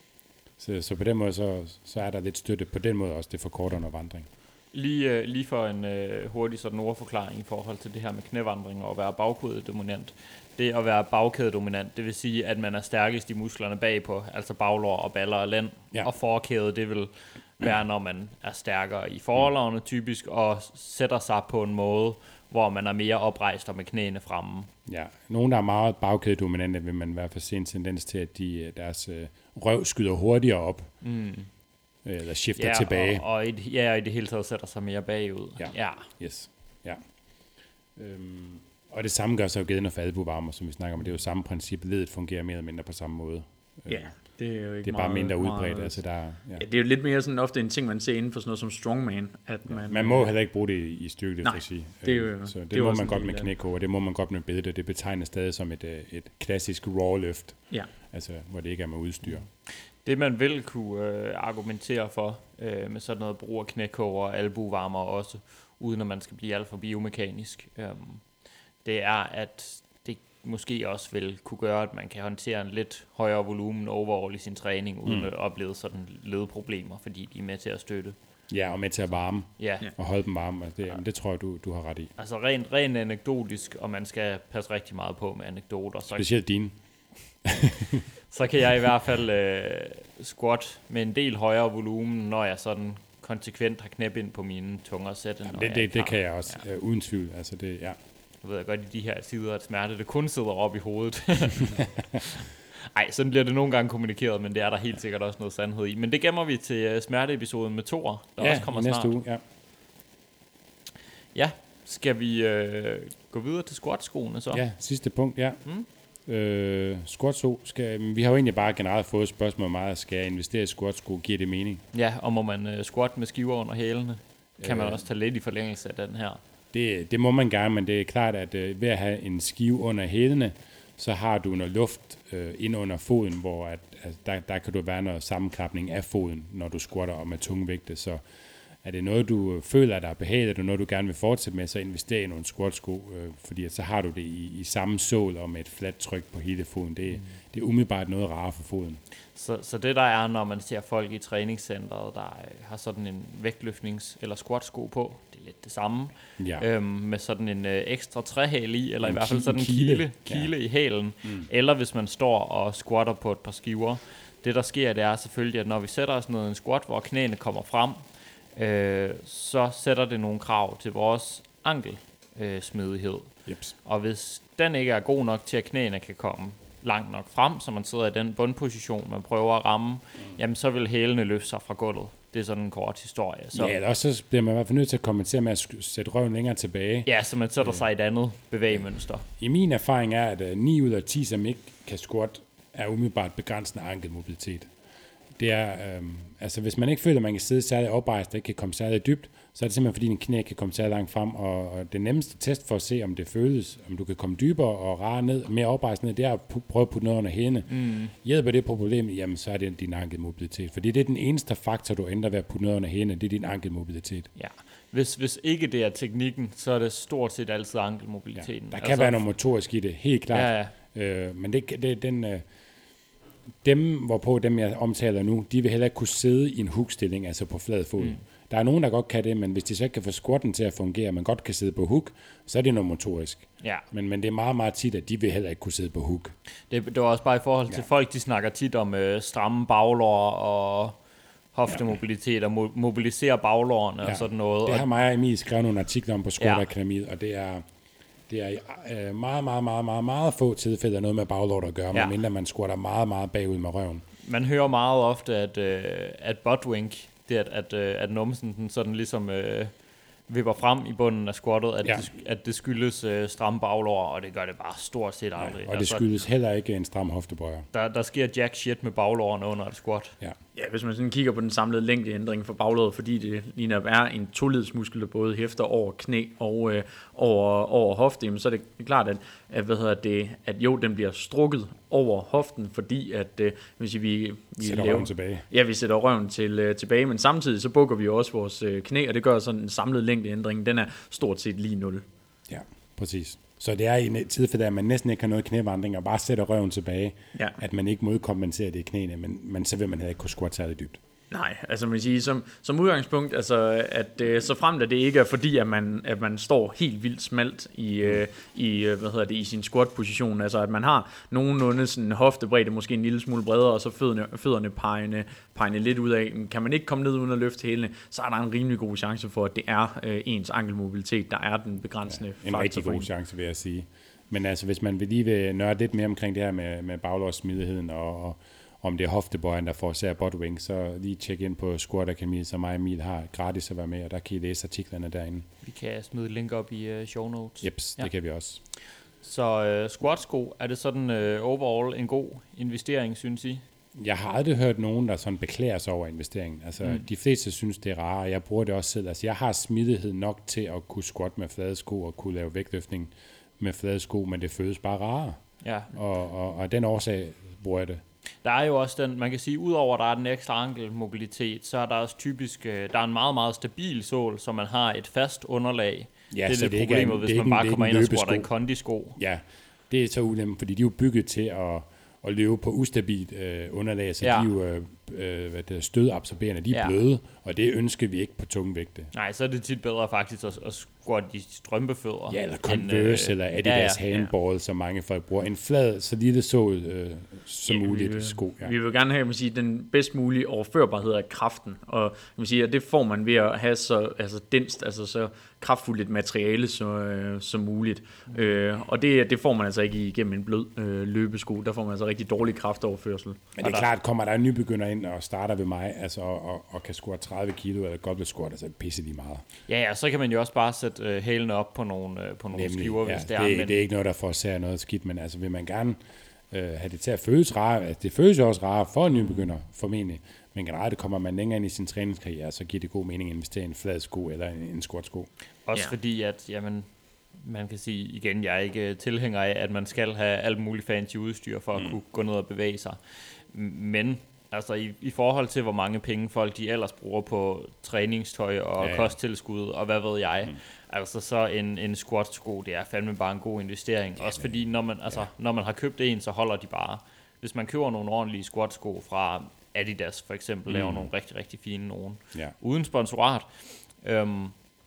Så, så på den måde, så, så er der lidt støtte. På den måde også, det forkorter under vandring. Lige, øh, lige for en øh, hurtig sådan ordforklaring i forhold til det her med knævandring og at være bagkædedominant. Det at være bagkædedominant, det vil sige, at man er stærkest i musklerne bagpå, altså baglår og baller og lænd. Ja. Og forkæde, det vil være, når man er stærkere i forlovene typisk, og sætter sig på en måde, hvor man er mere oprejst og med knæene fremme. Ja, nogen, der er meget bagkædedominante, vil man i hvert fald se en tendens til, at de, deres øh, røv skyder hurtigere op. Mm. Eller skifter ja, tilbage. Og, og i, ja, og i det hele taget sætter sig mere bagud. Ja, ja. Yes. Ja. Øhm, og det samme gør sig jo gældende for albuvarmer, som vi snakker om. Det er jo samme princip. Ledet fungerer mere eller mindre på samme måde. Ja, det er jo ikke det er bare meget, mindre udbredt. meget, altså, der, ja. Ja, det er jo lidt mere sådan ofte en ting, man ser inden for sådan noget som strongman. At man, ja, man må heller ikke bruge det i, i styrkeløftregi. Det er jo, så det, det må man godt med knækår, og det må man godt med bælte. Det betegner stadig som et, et klassisk raw lift. Ja. Altså, hvor det ikke er med udstyr. Det man vil kunne øh, argumentere for øh, med sådan noget brug af knækover og albuvarmer også, uden at man skal blive alt for biomekanisk, øh, det er, at det måske også vil kunne gøre, at man kan håndtere en lidt højere volumen overall i sin træning, uden mm. at opleve sådan ledproblemer, fordi de er med til at støtte. Ja, og med til at varme, ja. og holde dem varme. Det, ja. det tror jeg, du, du har ret i. Altså rent, rent anekdotisk, og man skal passe rigtig meget på med anekdoter. Så specielt dine. Så kan jeg i hvert fald øh, squat med en del højere volumen, når jeg sådan konsekvent har knæbind på mine tunger sætte. Ja, det det, det kan jeg også, ja. øh, uden tvivl. Altså det, ja. Jeg ved jeg godt, i de her tider, at smerte det kun sidder op i hovedet. Ej, sådan bliver det nogle gange kommunikeret, men det er der helt sikkert også noget sandhed i. Men det gemmer vi til uh, smerteepisoden med Thor, der ja, også kommer næste snart. Uge, ja. Ja, skal vi øh, gå videre til squat-skoene så? Ja, sidste punkt, ja. Mm. Øh, squat-sko, skal, vi har jo egentlig bare generelt fået et spørgsmål meget, skal jeg investere i squat-sko, giver det mening? Ja, og må man uh, squat med skiver under hælene? Kan øh, man også tage lidt i forlængelse af den her? Det, det må man gerne, men det er klart, at øh, ved at have en skive under hælene, så har du noget luft øh, ind under foden, hvor at, altså, der, der kan du være noget sammenklapning af foden, når du squatter og med tunge vægte. Så Er det noget, du føler, der er behageligt, er det noget, du gerne vil fortsætte med, så investere i nogle squat-sko, øh, fordi at så har du det i, i samme sål og med et fladt tryk på hele foden. Det, mm. det er umiddelbart noget rarere for foden. Så, så det der er, når man ser folk i træningscenteret, der øh, har sådan en vægtløftnings- eller squat-sko på, det er lidt det samme, Ja. øhm, med sådan en øh, ekstra træhæl i, eller En i hvert fald ki- sådan en kile. kile, kile Ja. i hælen, Mm. eller hvis man står og squatter på et par skiver. Det der sker, det er selvfølgelig, at når vi sætter os ned i en squat, hvor knæene kommer frem, øh, så sætter det nogle krav til vores ankelsmidighed. Øh, smidighed. Jeps. Og hvis den ikke er god nok til, at knæene kan komme langt nok frem, så man sidder i den bundposition, man prøver at ramme, mm. jamen så vil hælene løfte sig fra gulvet. Det er sådan en kort historie. Så, Ja, eller også så bliver man i hvert fald nødt til at kompensere med at sk- sætte røven længere tilbage. ja, så man sætter sig i et andet bevægemønster. I min erfaring er, at uh, ni ud af ti, som ikke kan squat, er umiddelbart begrænsende ankelmobilitet. Det er, øhm, altså hvis man ikke føler, at man kan sidde særlig oprejst, og ikke kan komme særlig dybt, så er det simpelthen fordi, din knæ kan komme særlig langt frem, og, og det nemmeste test for at se, om det føles, om du kan komme dybere og rare ned, mere oprejst ned, det er at pu- prøve at putte noget under hælene. Mm. Hjælper det på problemet, jamen så er det din ankelmobilitet. Fordi det er den eneste faktor, du ændrer ved at putte noget under hælene, det er din ankelmobilitet. Ja. Hvis, hvis ikke det er teknikken, så er det stort set altid ankelmobiliteten. Ja, der kan altså være noget motorisk i det, helt klart. Ja, ja. Øh, men det, det, den, øh, dem, hvorpå dem jeg omtaler nu, de vil heller ikke kunne sidde i en hookstilling, altså på flad fod. Mm. Der er nogen, der godt kan det, men hvis de så ikke kan få squatten til at fungere, man godt kan sidde på hook, så er det noget motorisk. Ja. Men, men det er meget, meget tit, at de vil heller ikke kunne sidde på hook. Det, det var også bare i forhold til Ja. folk, de snakker tit om øh, stramme baglår og hoftemobilitet og mo- mobilisere baglårene Ja. og sådan noget. Det Og har mig og Emil skrevet nogle artikler om på Squat Ja. Akademiet, og det er, det er øh, meget, meget, meget, meget, meget få tilfælde noget med baglåret at gøre, Ja. medmindre man squatter meget, meget bagud med røven. man hører meget ofte, at, øh, at buttwink, det at, at, øh, at numsen den sådan ligesom øh, vipper frem i bunden af squattet, at, Ja. det, at det skyldes øh, stramme baglår, og det gør det bare stort set aldrig. Og det skyldes heller ikke en stram hoftebøjer. der, der sker jack shit med baglårene under et squat. Ja. Ja, hvis man sådan kigger på den samlede længdeændring for baglåret, fordi det lige netop er en toledsmuskel, der både hæfter over knæ og øh, over, over hofte, jamen, så er det klart, at, at, hvad hedder det, at jo, den bliver strukket over hoften, fordi at øh, hvis vi, vi Sætter laver, røven tilbage. Ja, vi sætter røven til, øh, tilbage, men samtidig så bukker vi også vores øh, knæ, og det gør sådan en samlet længdeændring, den er stort set lige nul. Ja, præcis. Så det er i et tilfælde, at man næsten ikke har noget knævandring, og bare sætter røven tilbage, Ja. at man ikke modkompenserer det i knæene, men, men så vil man heller ikke kunne squat særlig dybt. Nej, altså man siger, som, som udgangspunkt, altså at øh, så fremt at det ikke er fordi, at man, at man står helt vildt smalt i, øh, i, øh, hvad hedder det, i sin squat-position, altså at man har nogenlunde sådan hoftebredde, måske en lille smule bredere, og så fødderne, fødderne pegende, pegende lidt ud af. Kan man ikke komme ned uden at løfte hælene, så er der en rimelig god chance for, at det er øh, ens ankelmobilitet, der er den begrænsende En faktor rigtig for god en. chance, vil jeg sige. Men altså, hvis man vil lige vil nørde lidt mere omkring det her med, med baglårssmidigheden, og, og om det er hoftebøjen, der forårsager buttwink, så lige tjek ind på Squat Akademiet, som mig og Emil har gratis at være med, og der kan I læse artiklerne derinde. Vi kan smide et link op i uh, show notes. Jeps, Ja. det kan vi også. Så uh, squat-sko, er det sådan uh, overall en god investering, synes I? Jeg har aldrig hørt nogen, der sådan beklager sig over investeringen. Altså, mm. de fleste synes, det er rart, og jeg bruger det også selv. Altså, jeg har smidighed nok til at kunne squat med flade sko og kunne lave vægtløftning med flade sko, men det føles bare rarere. Ja. Og, og, og af den årsag bruger jeg det. Der er jo også den, man kan sige, udover at der er den ekstra ankelmobilitet, så er der også typisk, øh, der er en meget, meget stabil sål, så man har et fast underlag. Ja, det er så lidt det ikke er en- problemet, det er hvis ikke man en- bare det er kommer ikke ind en og squatter en løbesko. kondisko. Ja, det er så ulemmen, fordi de er jo bygget til at, at løbe på ustabilt øh, underlag, så Ja. de er jo øh, øh, hvad det er, stødabsorberende, de er Ja. bløde, og det ønsker vi ikke på tungvægte. Nej, så er det tit bedre faktisk at, at squatte de strømpefødder. Ja, eller end, Converse, øh, eller ja, Adidas ja. ja, handball, som mange folk bruger. En flad, så lille sål øh, som Ja, muligt vi, sko. Ja. Vi vil gerne have, kan man sige, den bedst mulige overførbarhed af kraften, og kan man sige, at det får man ved at have så altså denst, altså så kraftfuldt et materiale så, øh, som muligt. Øh, og det, det får man altså ikke igennem en blød øh, løbesko. Der får man altså rigtig dårlig kraftoverførsel. Men det Og er der- klart, kommer der en nybegynder ind og starter ved mig, altså, og, og, og kan score tredive kilo eller goblet squat, altså pisse lige meget. Ja, ja, så kan man jo også bare sætte øh, hælene op på nogle, øh, på nogle Nemlig, skiver, ja, hvis det, det er. det, Men, det er ikke noget, der forårsager noget skidt, men altså vil man gerne øh, have det til at føles rart, altså, det føles jo også rart for en nybegynder, formentlig, men generelt kommer man længere ind i sin træningskarriere, så giver det god mening at investere i en flad sko eller en, en squat-sko. også Ja. fordi, at jamen, man kan sige igen, jeg er ikke øh, tilhænger af, at man skal have alt muligt fancy udstyr for at Mm. kunne gå ned og bevæge sig. M- Men Altså i, i forhold til, hvor mange penge folk de ellers bruger på træningstøj og ja, ja. kosttilskud og hvad ved jeg. Mm. Altså så en, en squat-sko, det er fandme bare en god investering. Ja, også fordi, når man, altså, ja. når man har købt en, så holder de bare. Hvis man køber nogle ordentlige squat-sko fra Adidas for eksempel, mm. laver nogle rigtig, rigtig fine nogen. Ja. Uden sponsorat, øhm,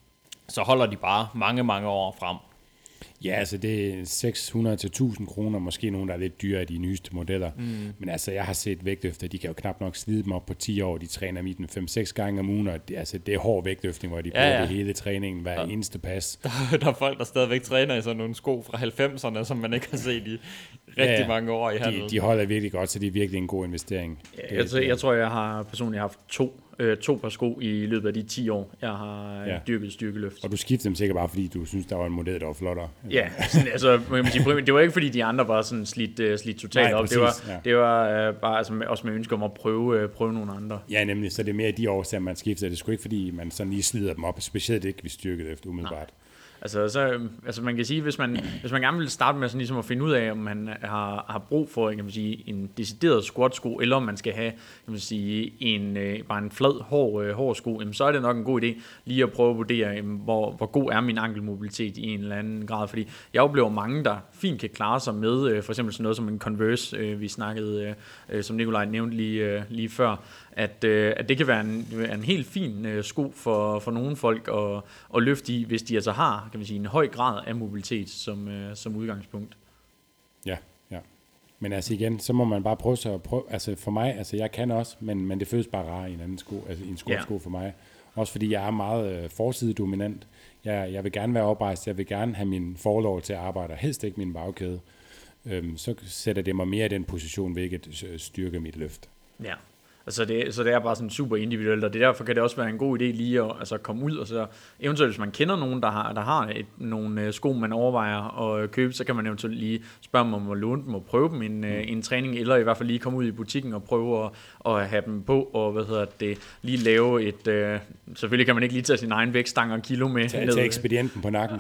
så holder de bare mange, mange år frem. Ja, altså det er seks hundrede til tusind kroner, måske nogle, der er lidt dyre af de nyeste modeller. Mm. Men altså, jeg har set vægtløfter, de kan jo knap nok slide dem op på ti år, de træner i den fem seks gange om ugen, og det, altså, det er hård vægtløftning, hvor de bruger ja, ja. det hele træningen, hver ja. eneste pas. Der, der er folk, der stadigvæk træner i sådan nogle sko fra halvfemserne, som man ikke har set i rigtig ja, mange år i handel. De, de holder virkelig godt, så det er virkelig en god investering. Ja, jeg, jeg, jeg tror, jeg har personligt haft to Øh, to par sko i løbet af de ti år, jeg har ja. dyrket styrkeløft. Og du skiftede dem sikkert bare, fordi du synes, der var en model, der var flottere? Ja, sådan, altså, man kan sige, det var ikke, fordi de andre var sådan slidt, uh, slidt totalt Nej, op. Præcis, det var, ja. det var uh, bare altså, også med ønske om at prøve, uh, prøve nogle andre. Ja, nemlig. Så det er mere de årsager, man skifter. Det er sgu ikke, fordi man sådan lige slider dem op, specielt ikke, hvis styrket efter umiddelbart. Nej. Altså, så, altså man kan sige, hvis man, hvis man gerne vil starte med sådan ligesom at finde ud af, om man har, har brug for kan man sige, en decideret squat-sko, eller om man skal have kan man sige, en, øh, bare en flad, hård, øh, hård sko, jamen, så er det nok en god idé lige at prøve at vurdere, jamen, hvor, hvor god er min ankelmobilitet i en eller anden grad. Fordi jeg oplever mange, der fint kan klare sig med, øh, for eksempel sådan noget som en Converse, øh, vi snakkede, øh, som Nikolaj nævnte lige, øh, lige før, at, øh, at det kan være en, en helt fin øh, sko for, for nogle folk at, at løfte i, hvis de altså har kan man sige, en høj grad af mobilitet som, øh, som udgangspunkt. Ja, ja. Men altså igen, så må man bare prøve sig at prøve, altså for mig, altså jeg kan også, men, men det føles bare rart i en anden sko, altså i en sko for mig. Også fordi jeg er meget øh, forsidedominant. Jeg, jeg vil gerne være oprejst, jeg vil gerne have min forlov til at arbejde, og helst ikke min bagkæde. Øhm, så sætter det mig mere i den position, hvilket styrker mit løft. Ja. Altså det, så det er bare sådan super individuelt, og det derfor kan det også være en god idé lige at altså komme ud, og så eventuelt hvis man kender nogen, der har, der har et, nogle sko, man overvejer at købe, så kan man eventuelt lige spørge dem om at låne dem og prøve dem i en, mm. en træning, eller i hvert fald lige komme ud i butikken og prøve at, at have dem på, og hvad hedder det, lige lave et, øh, selvfølgelig kan man ikke lige tage sin egen vægtstang og kilo med. Tag, tag ekspedienten på nakken.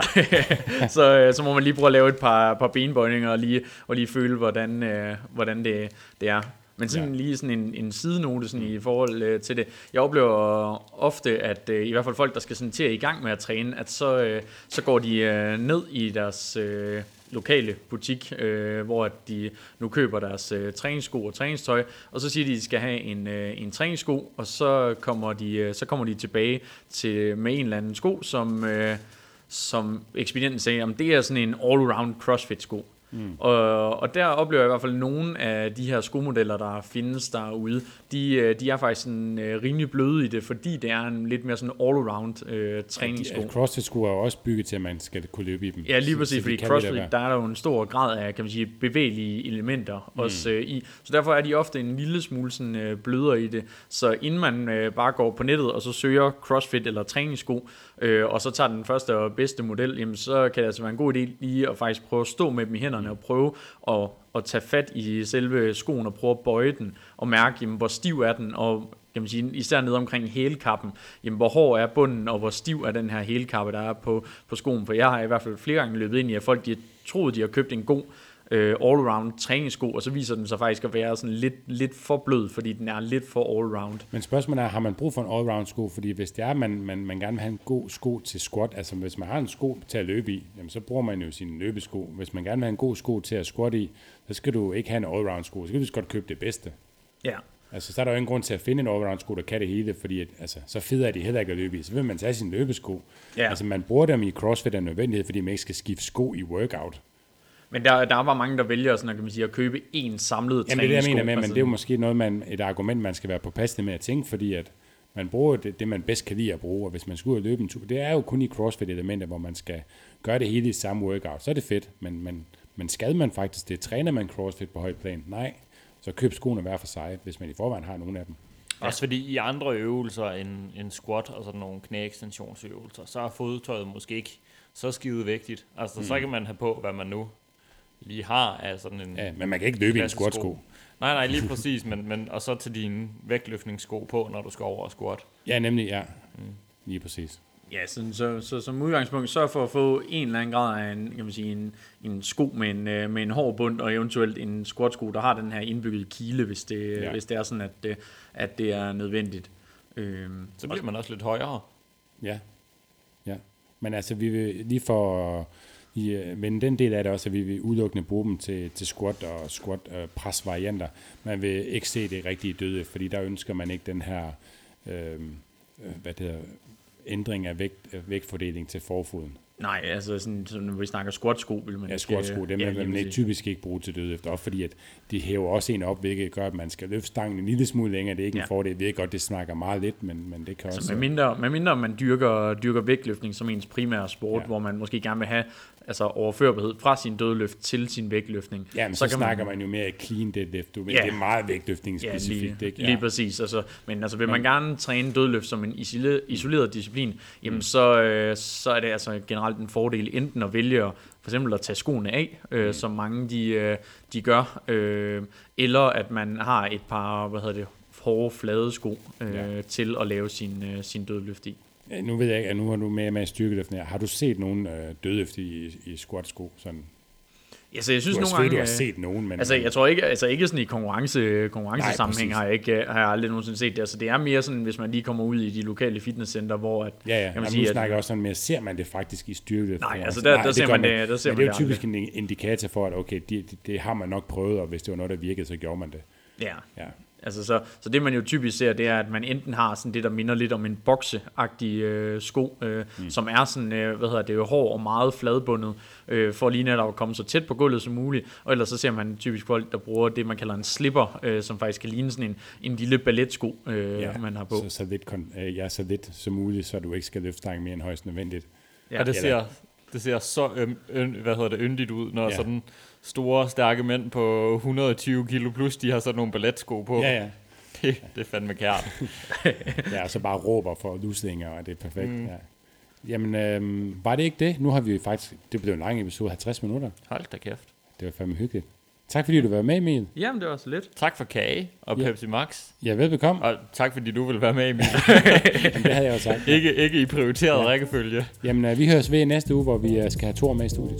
så, så må man lige prøve at lave et par, par benbøjninger og lige, og lige føle, hvordan, øh, hvordan det, det er. Men sådan ja. lige sådan en, en sidenote sådan i forhold øh, til det. Jeg oplever ofte, at øh, i hvert fald folk, der skal sådan til at i gang med at træne, at så, øh, så går de øh, ned i deres øh, lokale butik, øh, hvor de nu køber deres øh, træningssko og træningstøj, og så siger de, at de skal have en, øh, en træningssko, og så kommer de, øh, så kommer de tilbage til, med en eller anden sko, som, øh, som ekspedienten siger, at det er sådan en all-around CrossFit-sko. Mm. Og, og der oplever jeg i hvert fald nogle af de her skomodeller, der findes derude, de, de er faktisk sådan, uh, rimelig bløde i det, fordi det er en lidt mere sådan all-around uh, træningssko. Ja, CrossFit-sko er jo også bygget til, at man skal kunne løbe i dem. Ja, lige præcis, så, fordi CrossFit, der er der jo en stor grad af, kan man sige, bevægelige elementer mm. også uh, i. Så derfor er de ofte en lille smule sådan, uh, blødere i det. Så inden man uh, bare går på nettet, og så søger CrossFit eller træningssko, uh, og så tager den første og bedste model, jamen, så kan det altså være en god idé lige at faktisk prøve at stå med dem i hænderne, og prøve at, at tage fat i selve skoen og prøve at bøje den og mærke, jamen, hvor stiv er den, og kan man sige, især nede omkring hælkappen, jamen, hvor hård er bunden, og hvor stiv er den her hælkappe, der er på, på skoen. For jeg har i hvert fald flere gange løbet ind i, at folk de har troet, de har købt en god øh, all-around træningssko, og så viser den sig faktisk at være sådan lidt, lidt for blød, fordi den er lidt for all-around. Men spørgsmålet er, har man brug for en all-around sko? Fordi hvis det er, at man, man, man gerne vil have en god sko til squat, altså hvis man har en sko til at løbe i, jamen, så bruger man jo sine løbesko. Hvis man gerne vil have en god sko til at squat i, så skal du ikke have en all-around sko, så skal du godt købe det bedste. Ja. Altså, så er der jo ingen grund til at finde en all-around sko, der kan det hele, fordi at, altså, så fedt er de heller ikke at løbe i. Så vil man tage sine løbesko. Ja. Altså, man bruger dem i CrossFit af nødvendighed, fordi man ikke skal skifte sko i workout. Men der, der var mange, der vælger sådan, kan man sige, at købe en samlet træningssko. Jamen det er det, jeg mener med, men det er jo måske noget, man, et argument, man skal være påpasselig med at tænke, fordi at man bruger det, det, man bedst kan lide at bruge, og hvis man skal ud og løbe en tur, det er jo kun i CrossFit-elementer, hvor man skal gøre det hele i samme workout, så er det fedt, men, men, men skal man faktisk det? Træner man CrossFit på højt plan? Nej, så køb skoene hver for sig, hvis man i forvejen har nogle af dem. Ja. Også fordi i andre øvelser end, end squat og sådan nogle knæekstensionsøvelser, så er fodtøjet måske ikke så skide vigtigt. Altså mm. så kan man have på, hvad man nu lige har af sådan en... Ja, men man kan ikke løbe i en squat-sko. Nej, nej, lige præcis, men, men og så til dine vægtløftningssko på, når du skal over og squat. Ja, nemlig, ja. Mm. Lige præcis. Ja, sådan, så, så som udgangspunkt sørg for at få en eller anden grad af en, kan man sige, en, en sko med en, med en hård bund, og eventuelt en squat-sko, der har den her indbyggede kile, hvis det, ja. hvis det er sådan, at det, at det er nødvendigt. Øhm, så bliver man også lidt højere. Ja, ja. Men altså, vi vil lige for i, men den del af det også, at vi vil udelukkende bruge dem til, til squat og squat øh, pres varianter. Man vil ikke se det rigtige døde, fordi der ønsker man ikke den her øh, hvad det hedder, ændring af vægt, vægtfordeling til forfoden. Nej, altså sådan, så når vi snakker squat-sko, vil man ja, squat-sko, dem ja, vil man ikke typisk ikke bruge til dødløft, også fordi at de hæver også en op, hvilket gør, at man skal løfte stangen en lille smule længere. Det er ikke ja. en fordel. Vi ved godt, det snakker meget lidt, men, men det kan altså også... Med mindre, med mindre man dyrker, dyrker vægtløftning som ens primære sport, ja. hvor man måske gerne vil have altså overførbarhed fra sin dødløft til sin vægtløftning. Ja, men så, så snakker man, man jo mere clean deadlift, men ja. det er meget vægtløftning specifikt. Ja, lige, ikke? Ja. lige præcis. Altså, men altså, vil man men, gerne træne dødløft som en isoleret, isoleret disciplin, jamen mm. så, øh, så er det altså generelt en fordel enten at vælge for eksempel at tage skoene af, øh, mm. som mange de, øh, de gør, øh, eller at man har et par, hvad hedder det, hårde flade sko øh, ja. til at lave sin, øh, sin dødløft i. Ja, nu ved jeg ikke, at nu har du med med styrkeløftning. Har du set nogen øh, dødløft i, i squat-sko? Sådan? Ja, så jeg synes du har, nogle gange, du har set nogen, men... Altså, jeg tror ikke, altså ikke sådan i konkurrence, konkurrencesammenhæng har jeg, ikke, har jeg aldrig nogensinde set det. Altså, det er mere sådan, hvis man lige kommer ud i de lokale fitnesscenter, hvor... At, ja, ja. Jamen, sige, nu snakker jeg også sådan mere, ser man det faktisk i styrkeløft? Nej, altså der, der, der ser man det, der ser men man det er jo typisk en indikator for, at okay, det, det, det har man nok prøvet, og hvis det var noget, der virkede, så gjorde man det. Ja, ja. Altså så, så det man jo typisk ser, det er, at man enten har sådan det, der minder lidt om en bokseagtig øh, sko, øh, mm. som er sådan, øh, hvad hedder det, hård og meget fladbundet, øh, for lige netop at komme så tæt på gulvet som muligt. Og ellers så ser man typisk folk, der bruger det, man kalder en slipper, øh, som faktisk kan ligne sådan en, en lille balletsko, øh, ja, man har på. Så, så, lidt, øh, ja, så lidt som muligt, så du ikke skal løfte stangen mere end højst nødvendigt. Ja, og det ser... Det ser så øm, øm, hvad hedder det, yndigt ud, når ja. sådan store, stærke mænd på hundrede og tyve kilo plus, de har sådan nogle balletsko på. Ja, ja. Det, det er fandme kært. Ja, og så bare råber for luslinger, og det er perfekt. Mm. Ja. Jamen, øhm, var det ikke det? Nu har vi faktisk, det blev en lang episode, halvtreds minutter. Hold da kæft. Det var fandme hyggeligt. Tak fordi du var med, Emil. Jamen, det var så lidt. Tak for kage og ja. Pepsi Max. Ja, velbekomme. Og tak fordi du ville være med, Emil. Jamen, det havde jeg jo sagt. Ja. Ikke, ikke i prioriteret ja. rækkefølge. Jamen, øh, vi høres ved næste uge, hvor vi øh, skal have Thor med i studiet.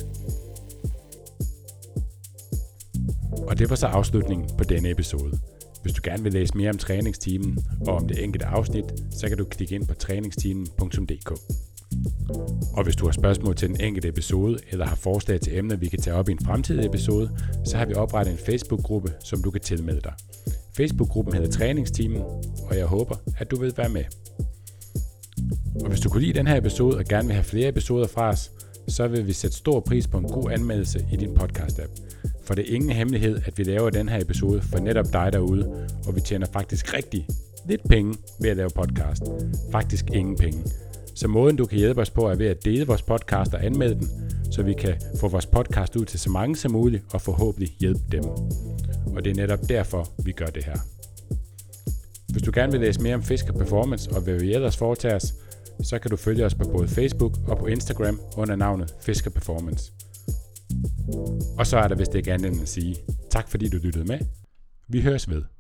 Og det var så afslutningen på denne episode. Hvis du gerne vil læse mere om træningsteamen og om det enkelte afsnit, så kan du klikke ind på træningsteamen punktum d k. Og hvis du har spørgsmål til den enkelte episode, eller har forslag til emner, vi kan tage op i en fremtidig episode, så har vi oprettet en Facebook-gruppe, som du kan tilmelde dig. Facebook-gruppen hedder Træningsteamen, og jeg håber, at du vil være med. Og hvis du kunne lide den her episode og gerne vil have flere episoder fra os, så vil vi sætte stor pris på en god anmeldelse i din podcast-app. For det er ingen hemmelighed, at vi laver den her episode for netop dig derude, og vi tjener faktisk rigtig lidt penge ved at lave podcast. Faktisk ingen penge. Så måden du kan hjælpe os på er ved at dele vores podcast og anmelde den, så vi kan få vores podcast ud til så mange som muligt og forhåbentlig hjælpe dem. Og det er netop derfor, vi gør det her. Hvis du gerne vil læse mere om Fisker Performance og hvad vi ellers foretager os, så kan du følge os på både Facebook og på Instagram under navnet Fisker Performance. Og så er der vist ikke andet end at sige tak fordi du lyttede med. Vi høres ved.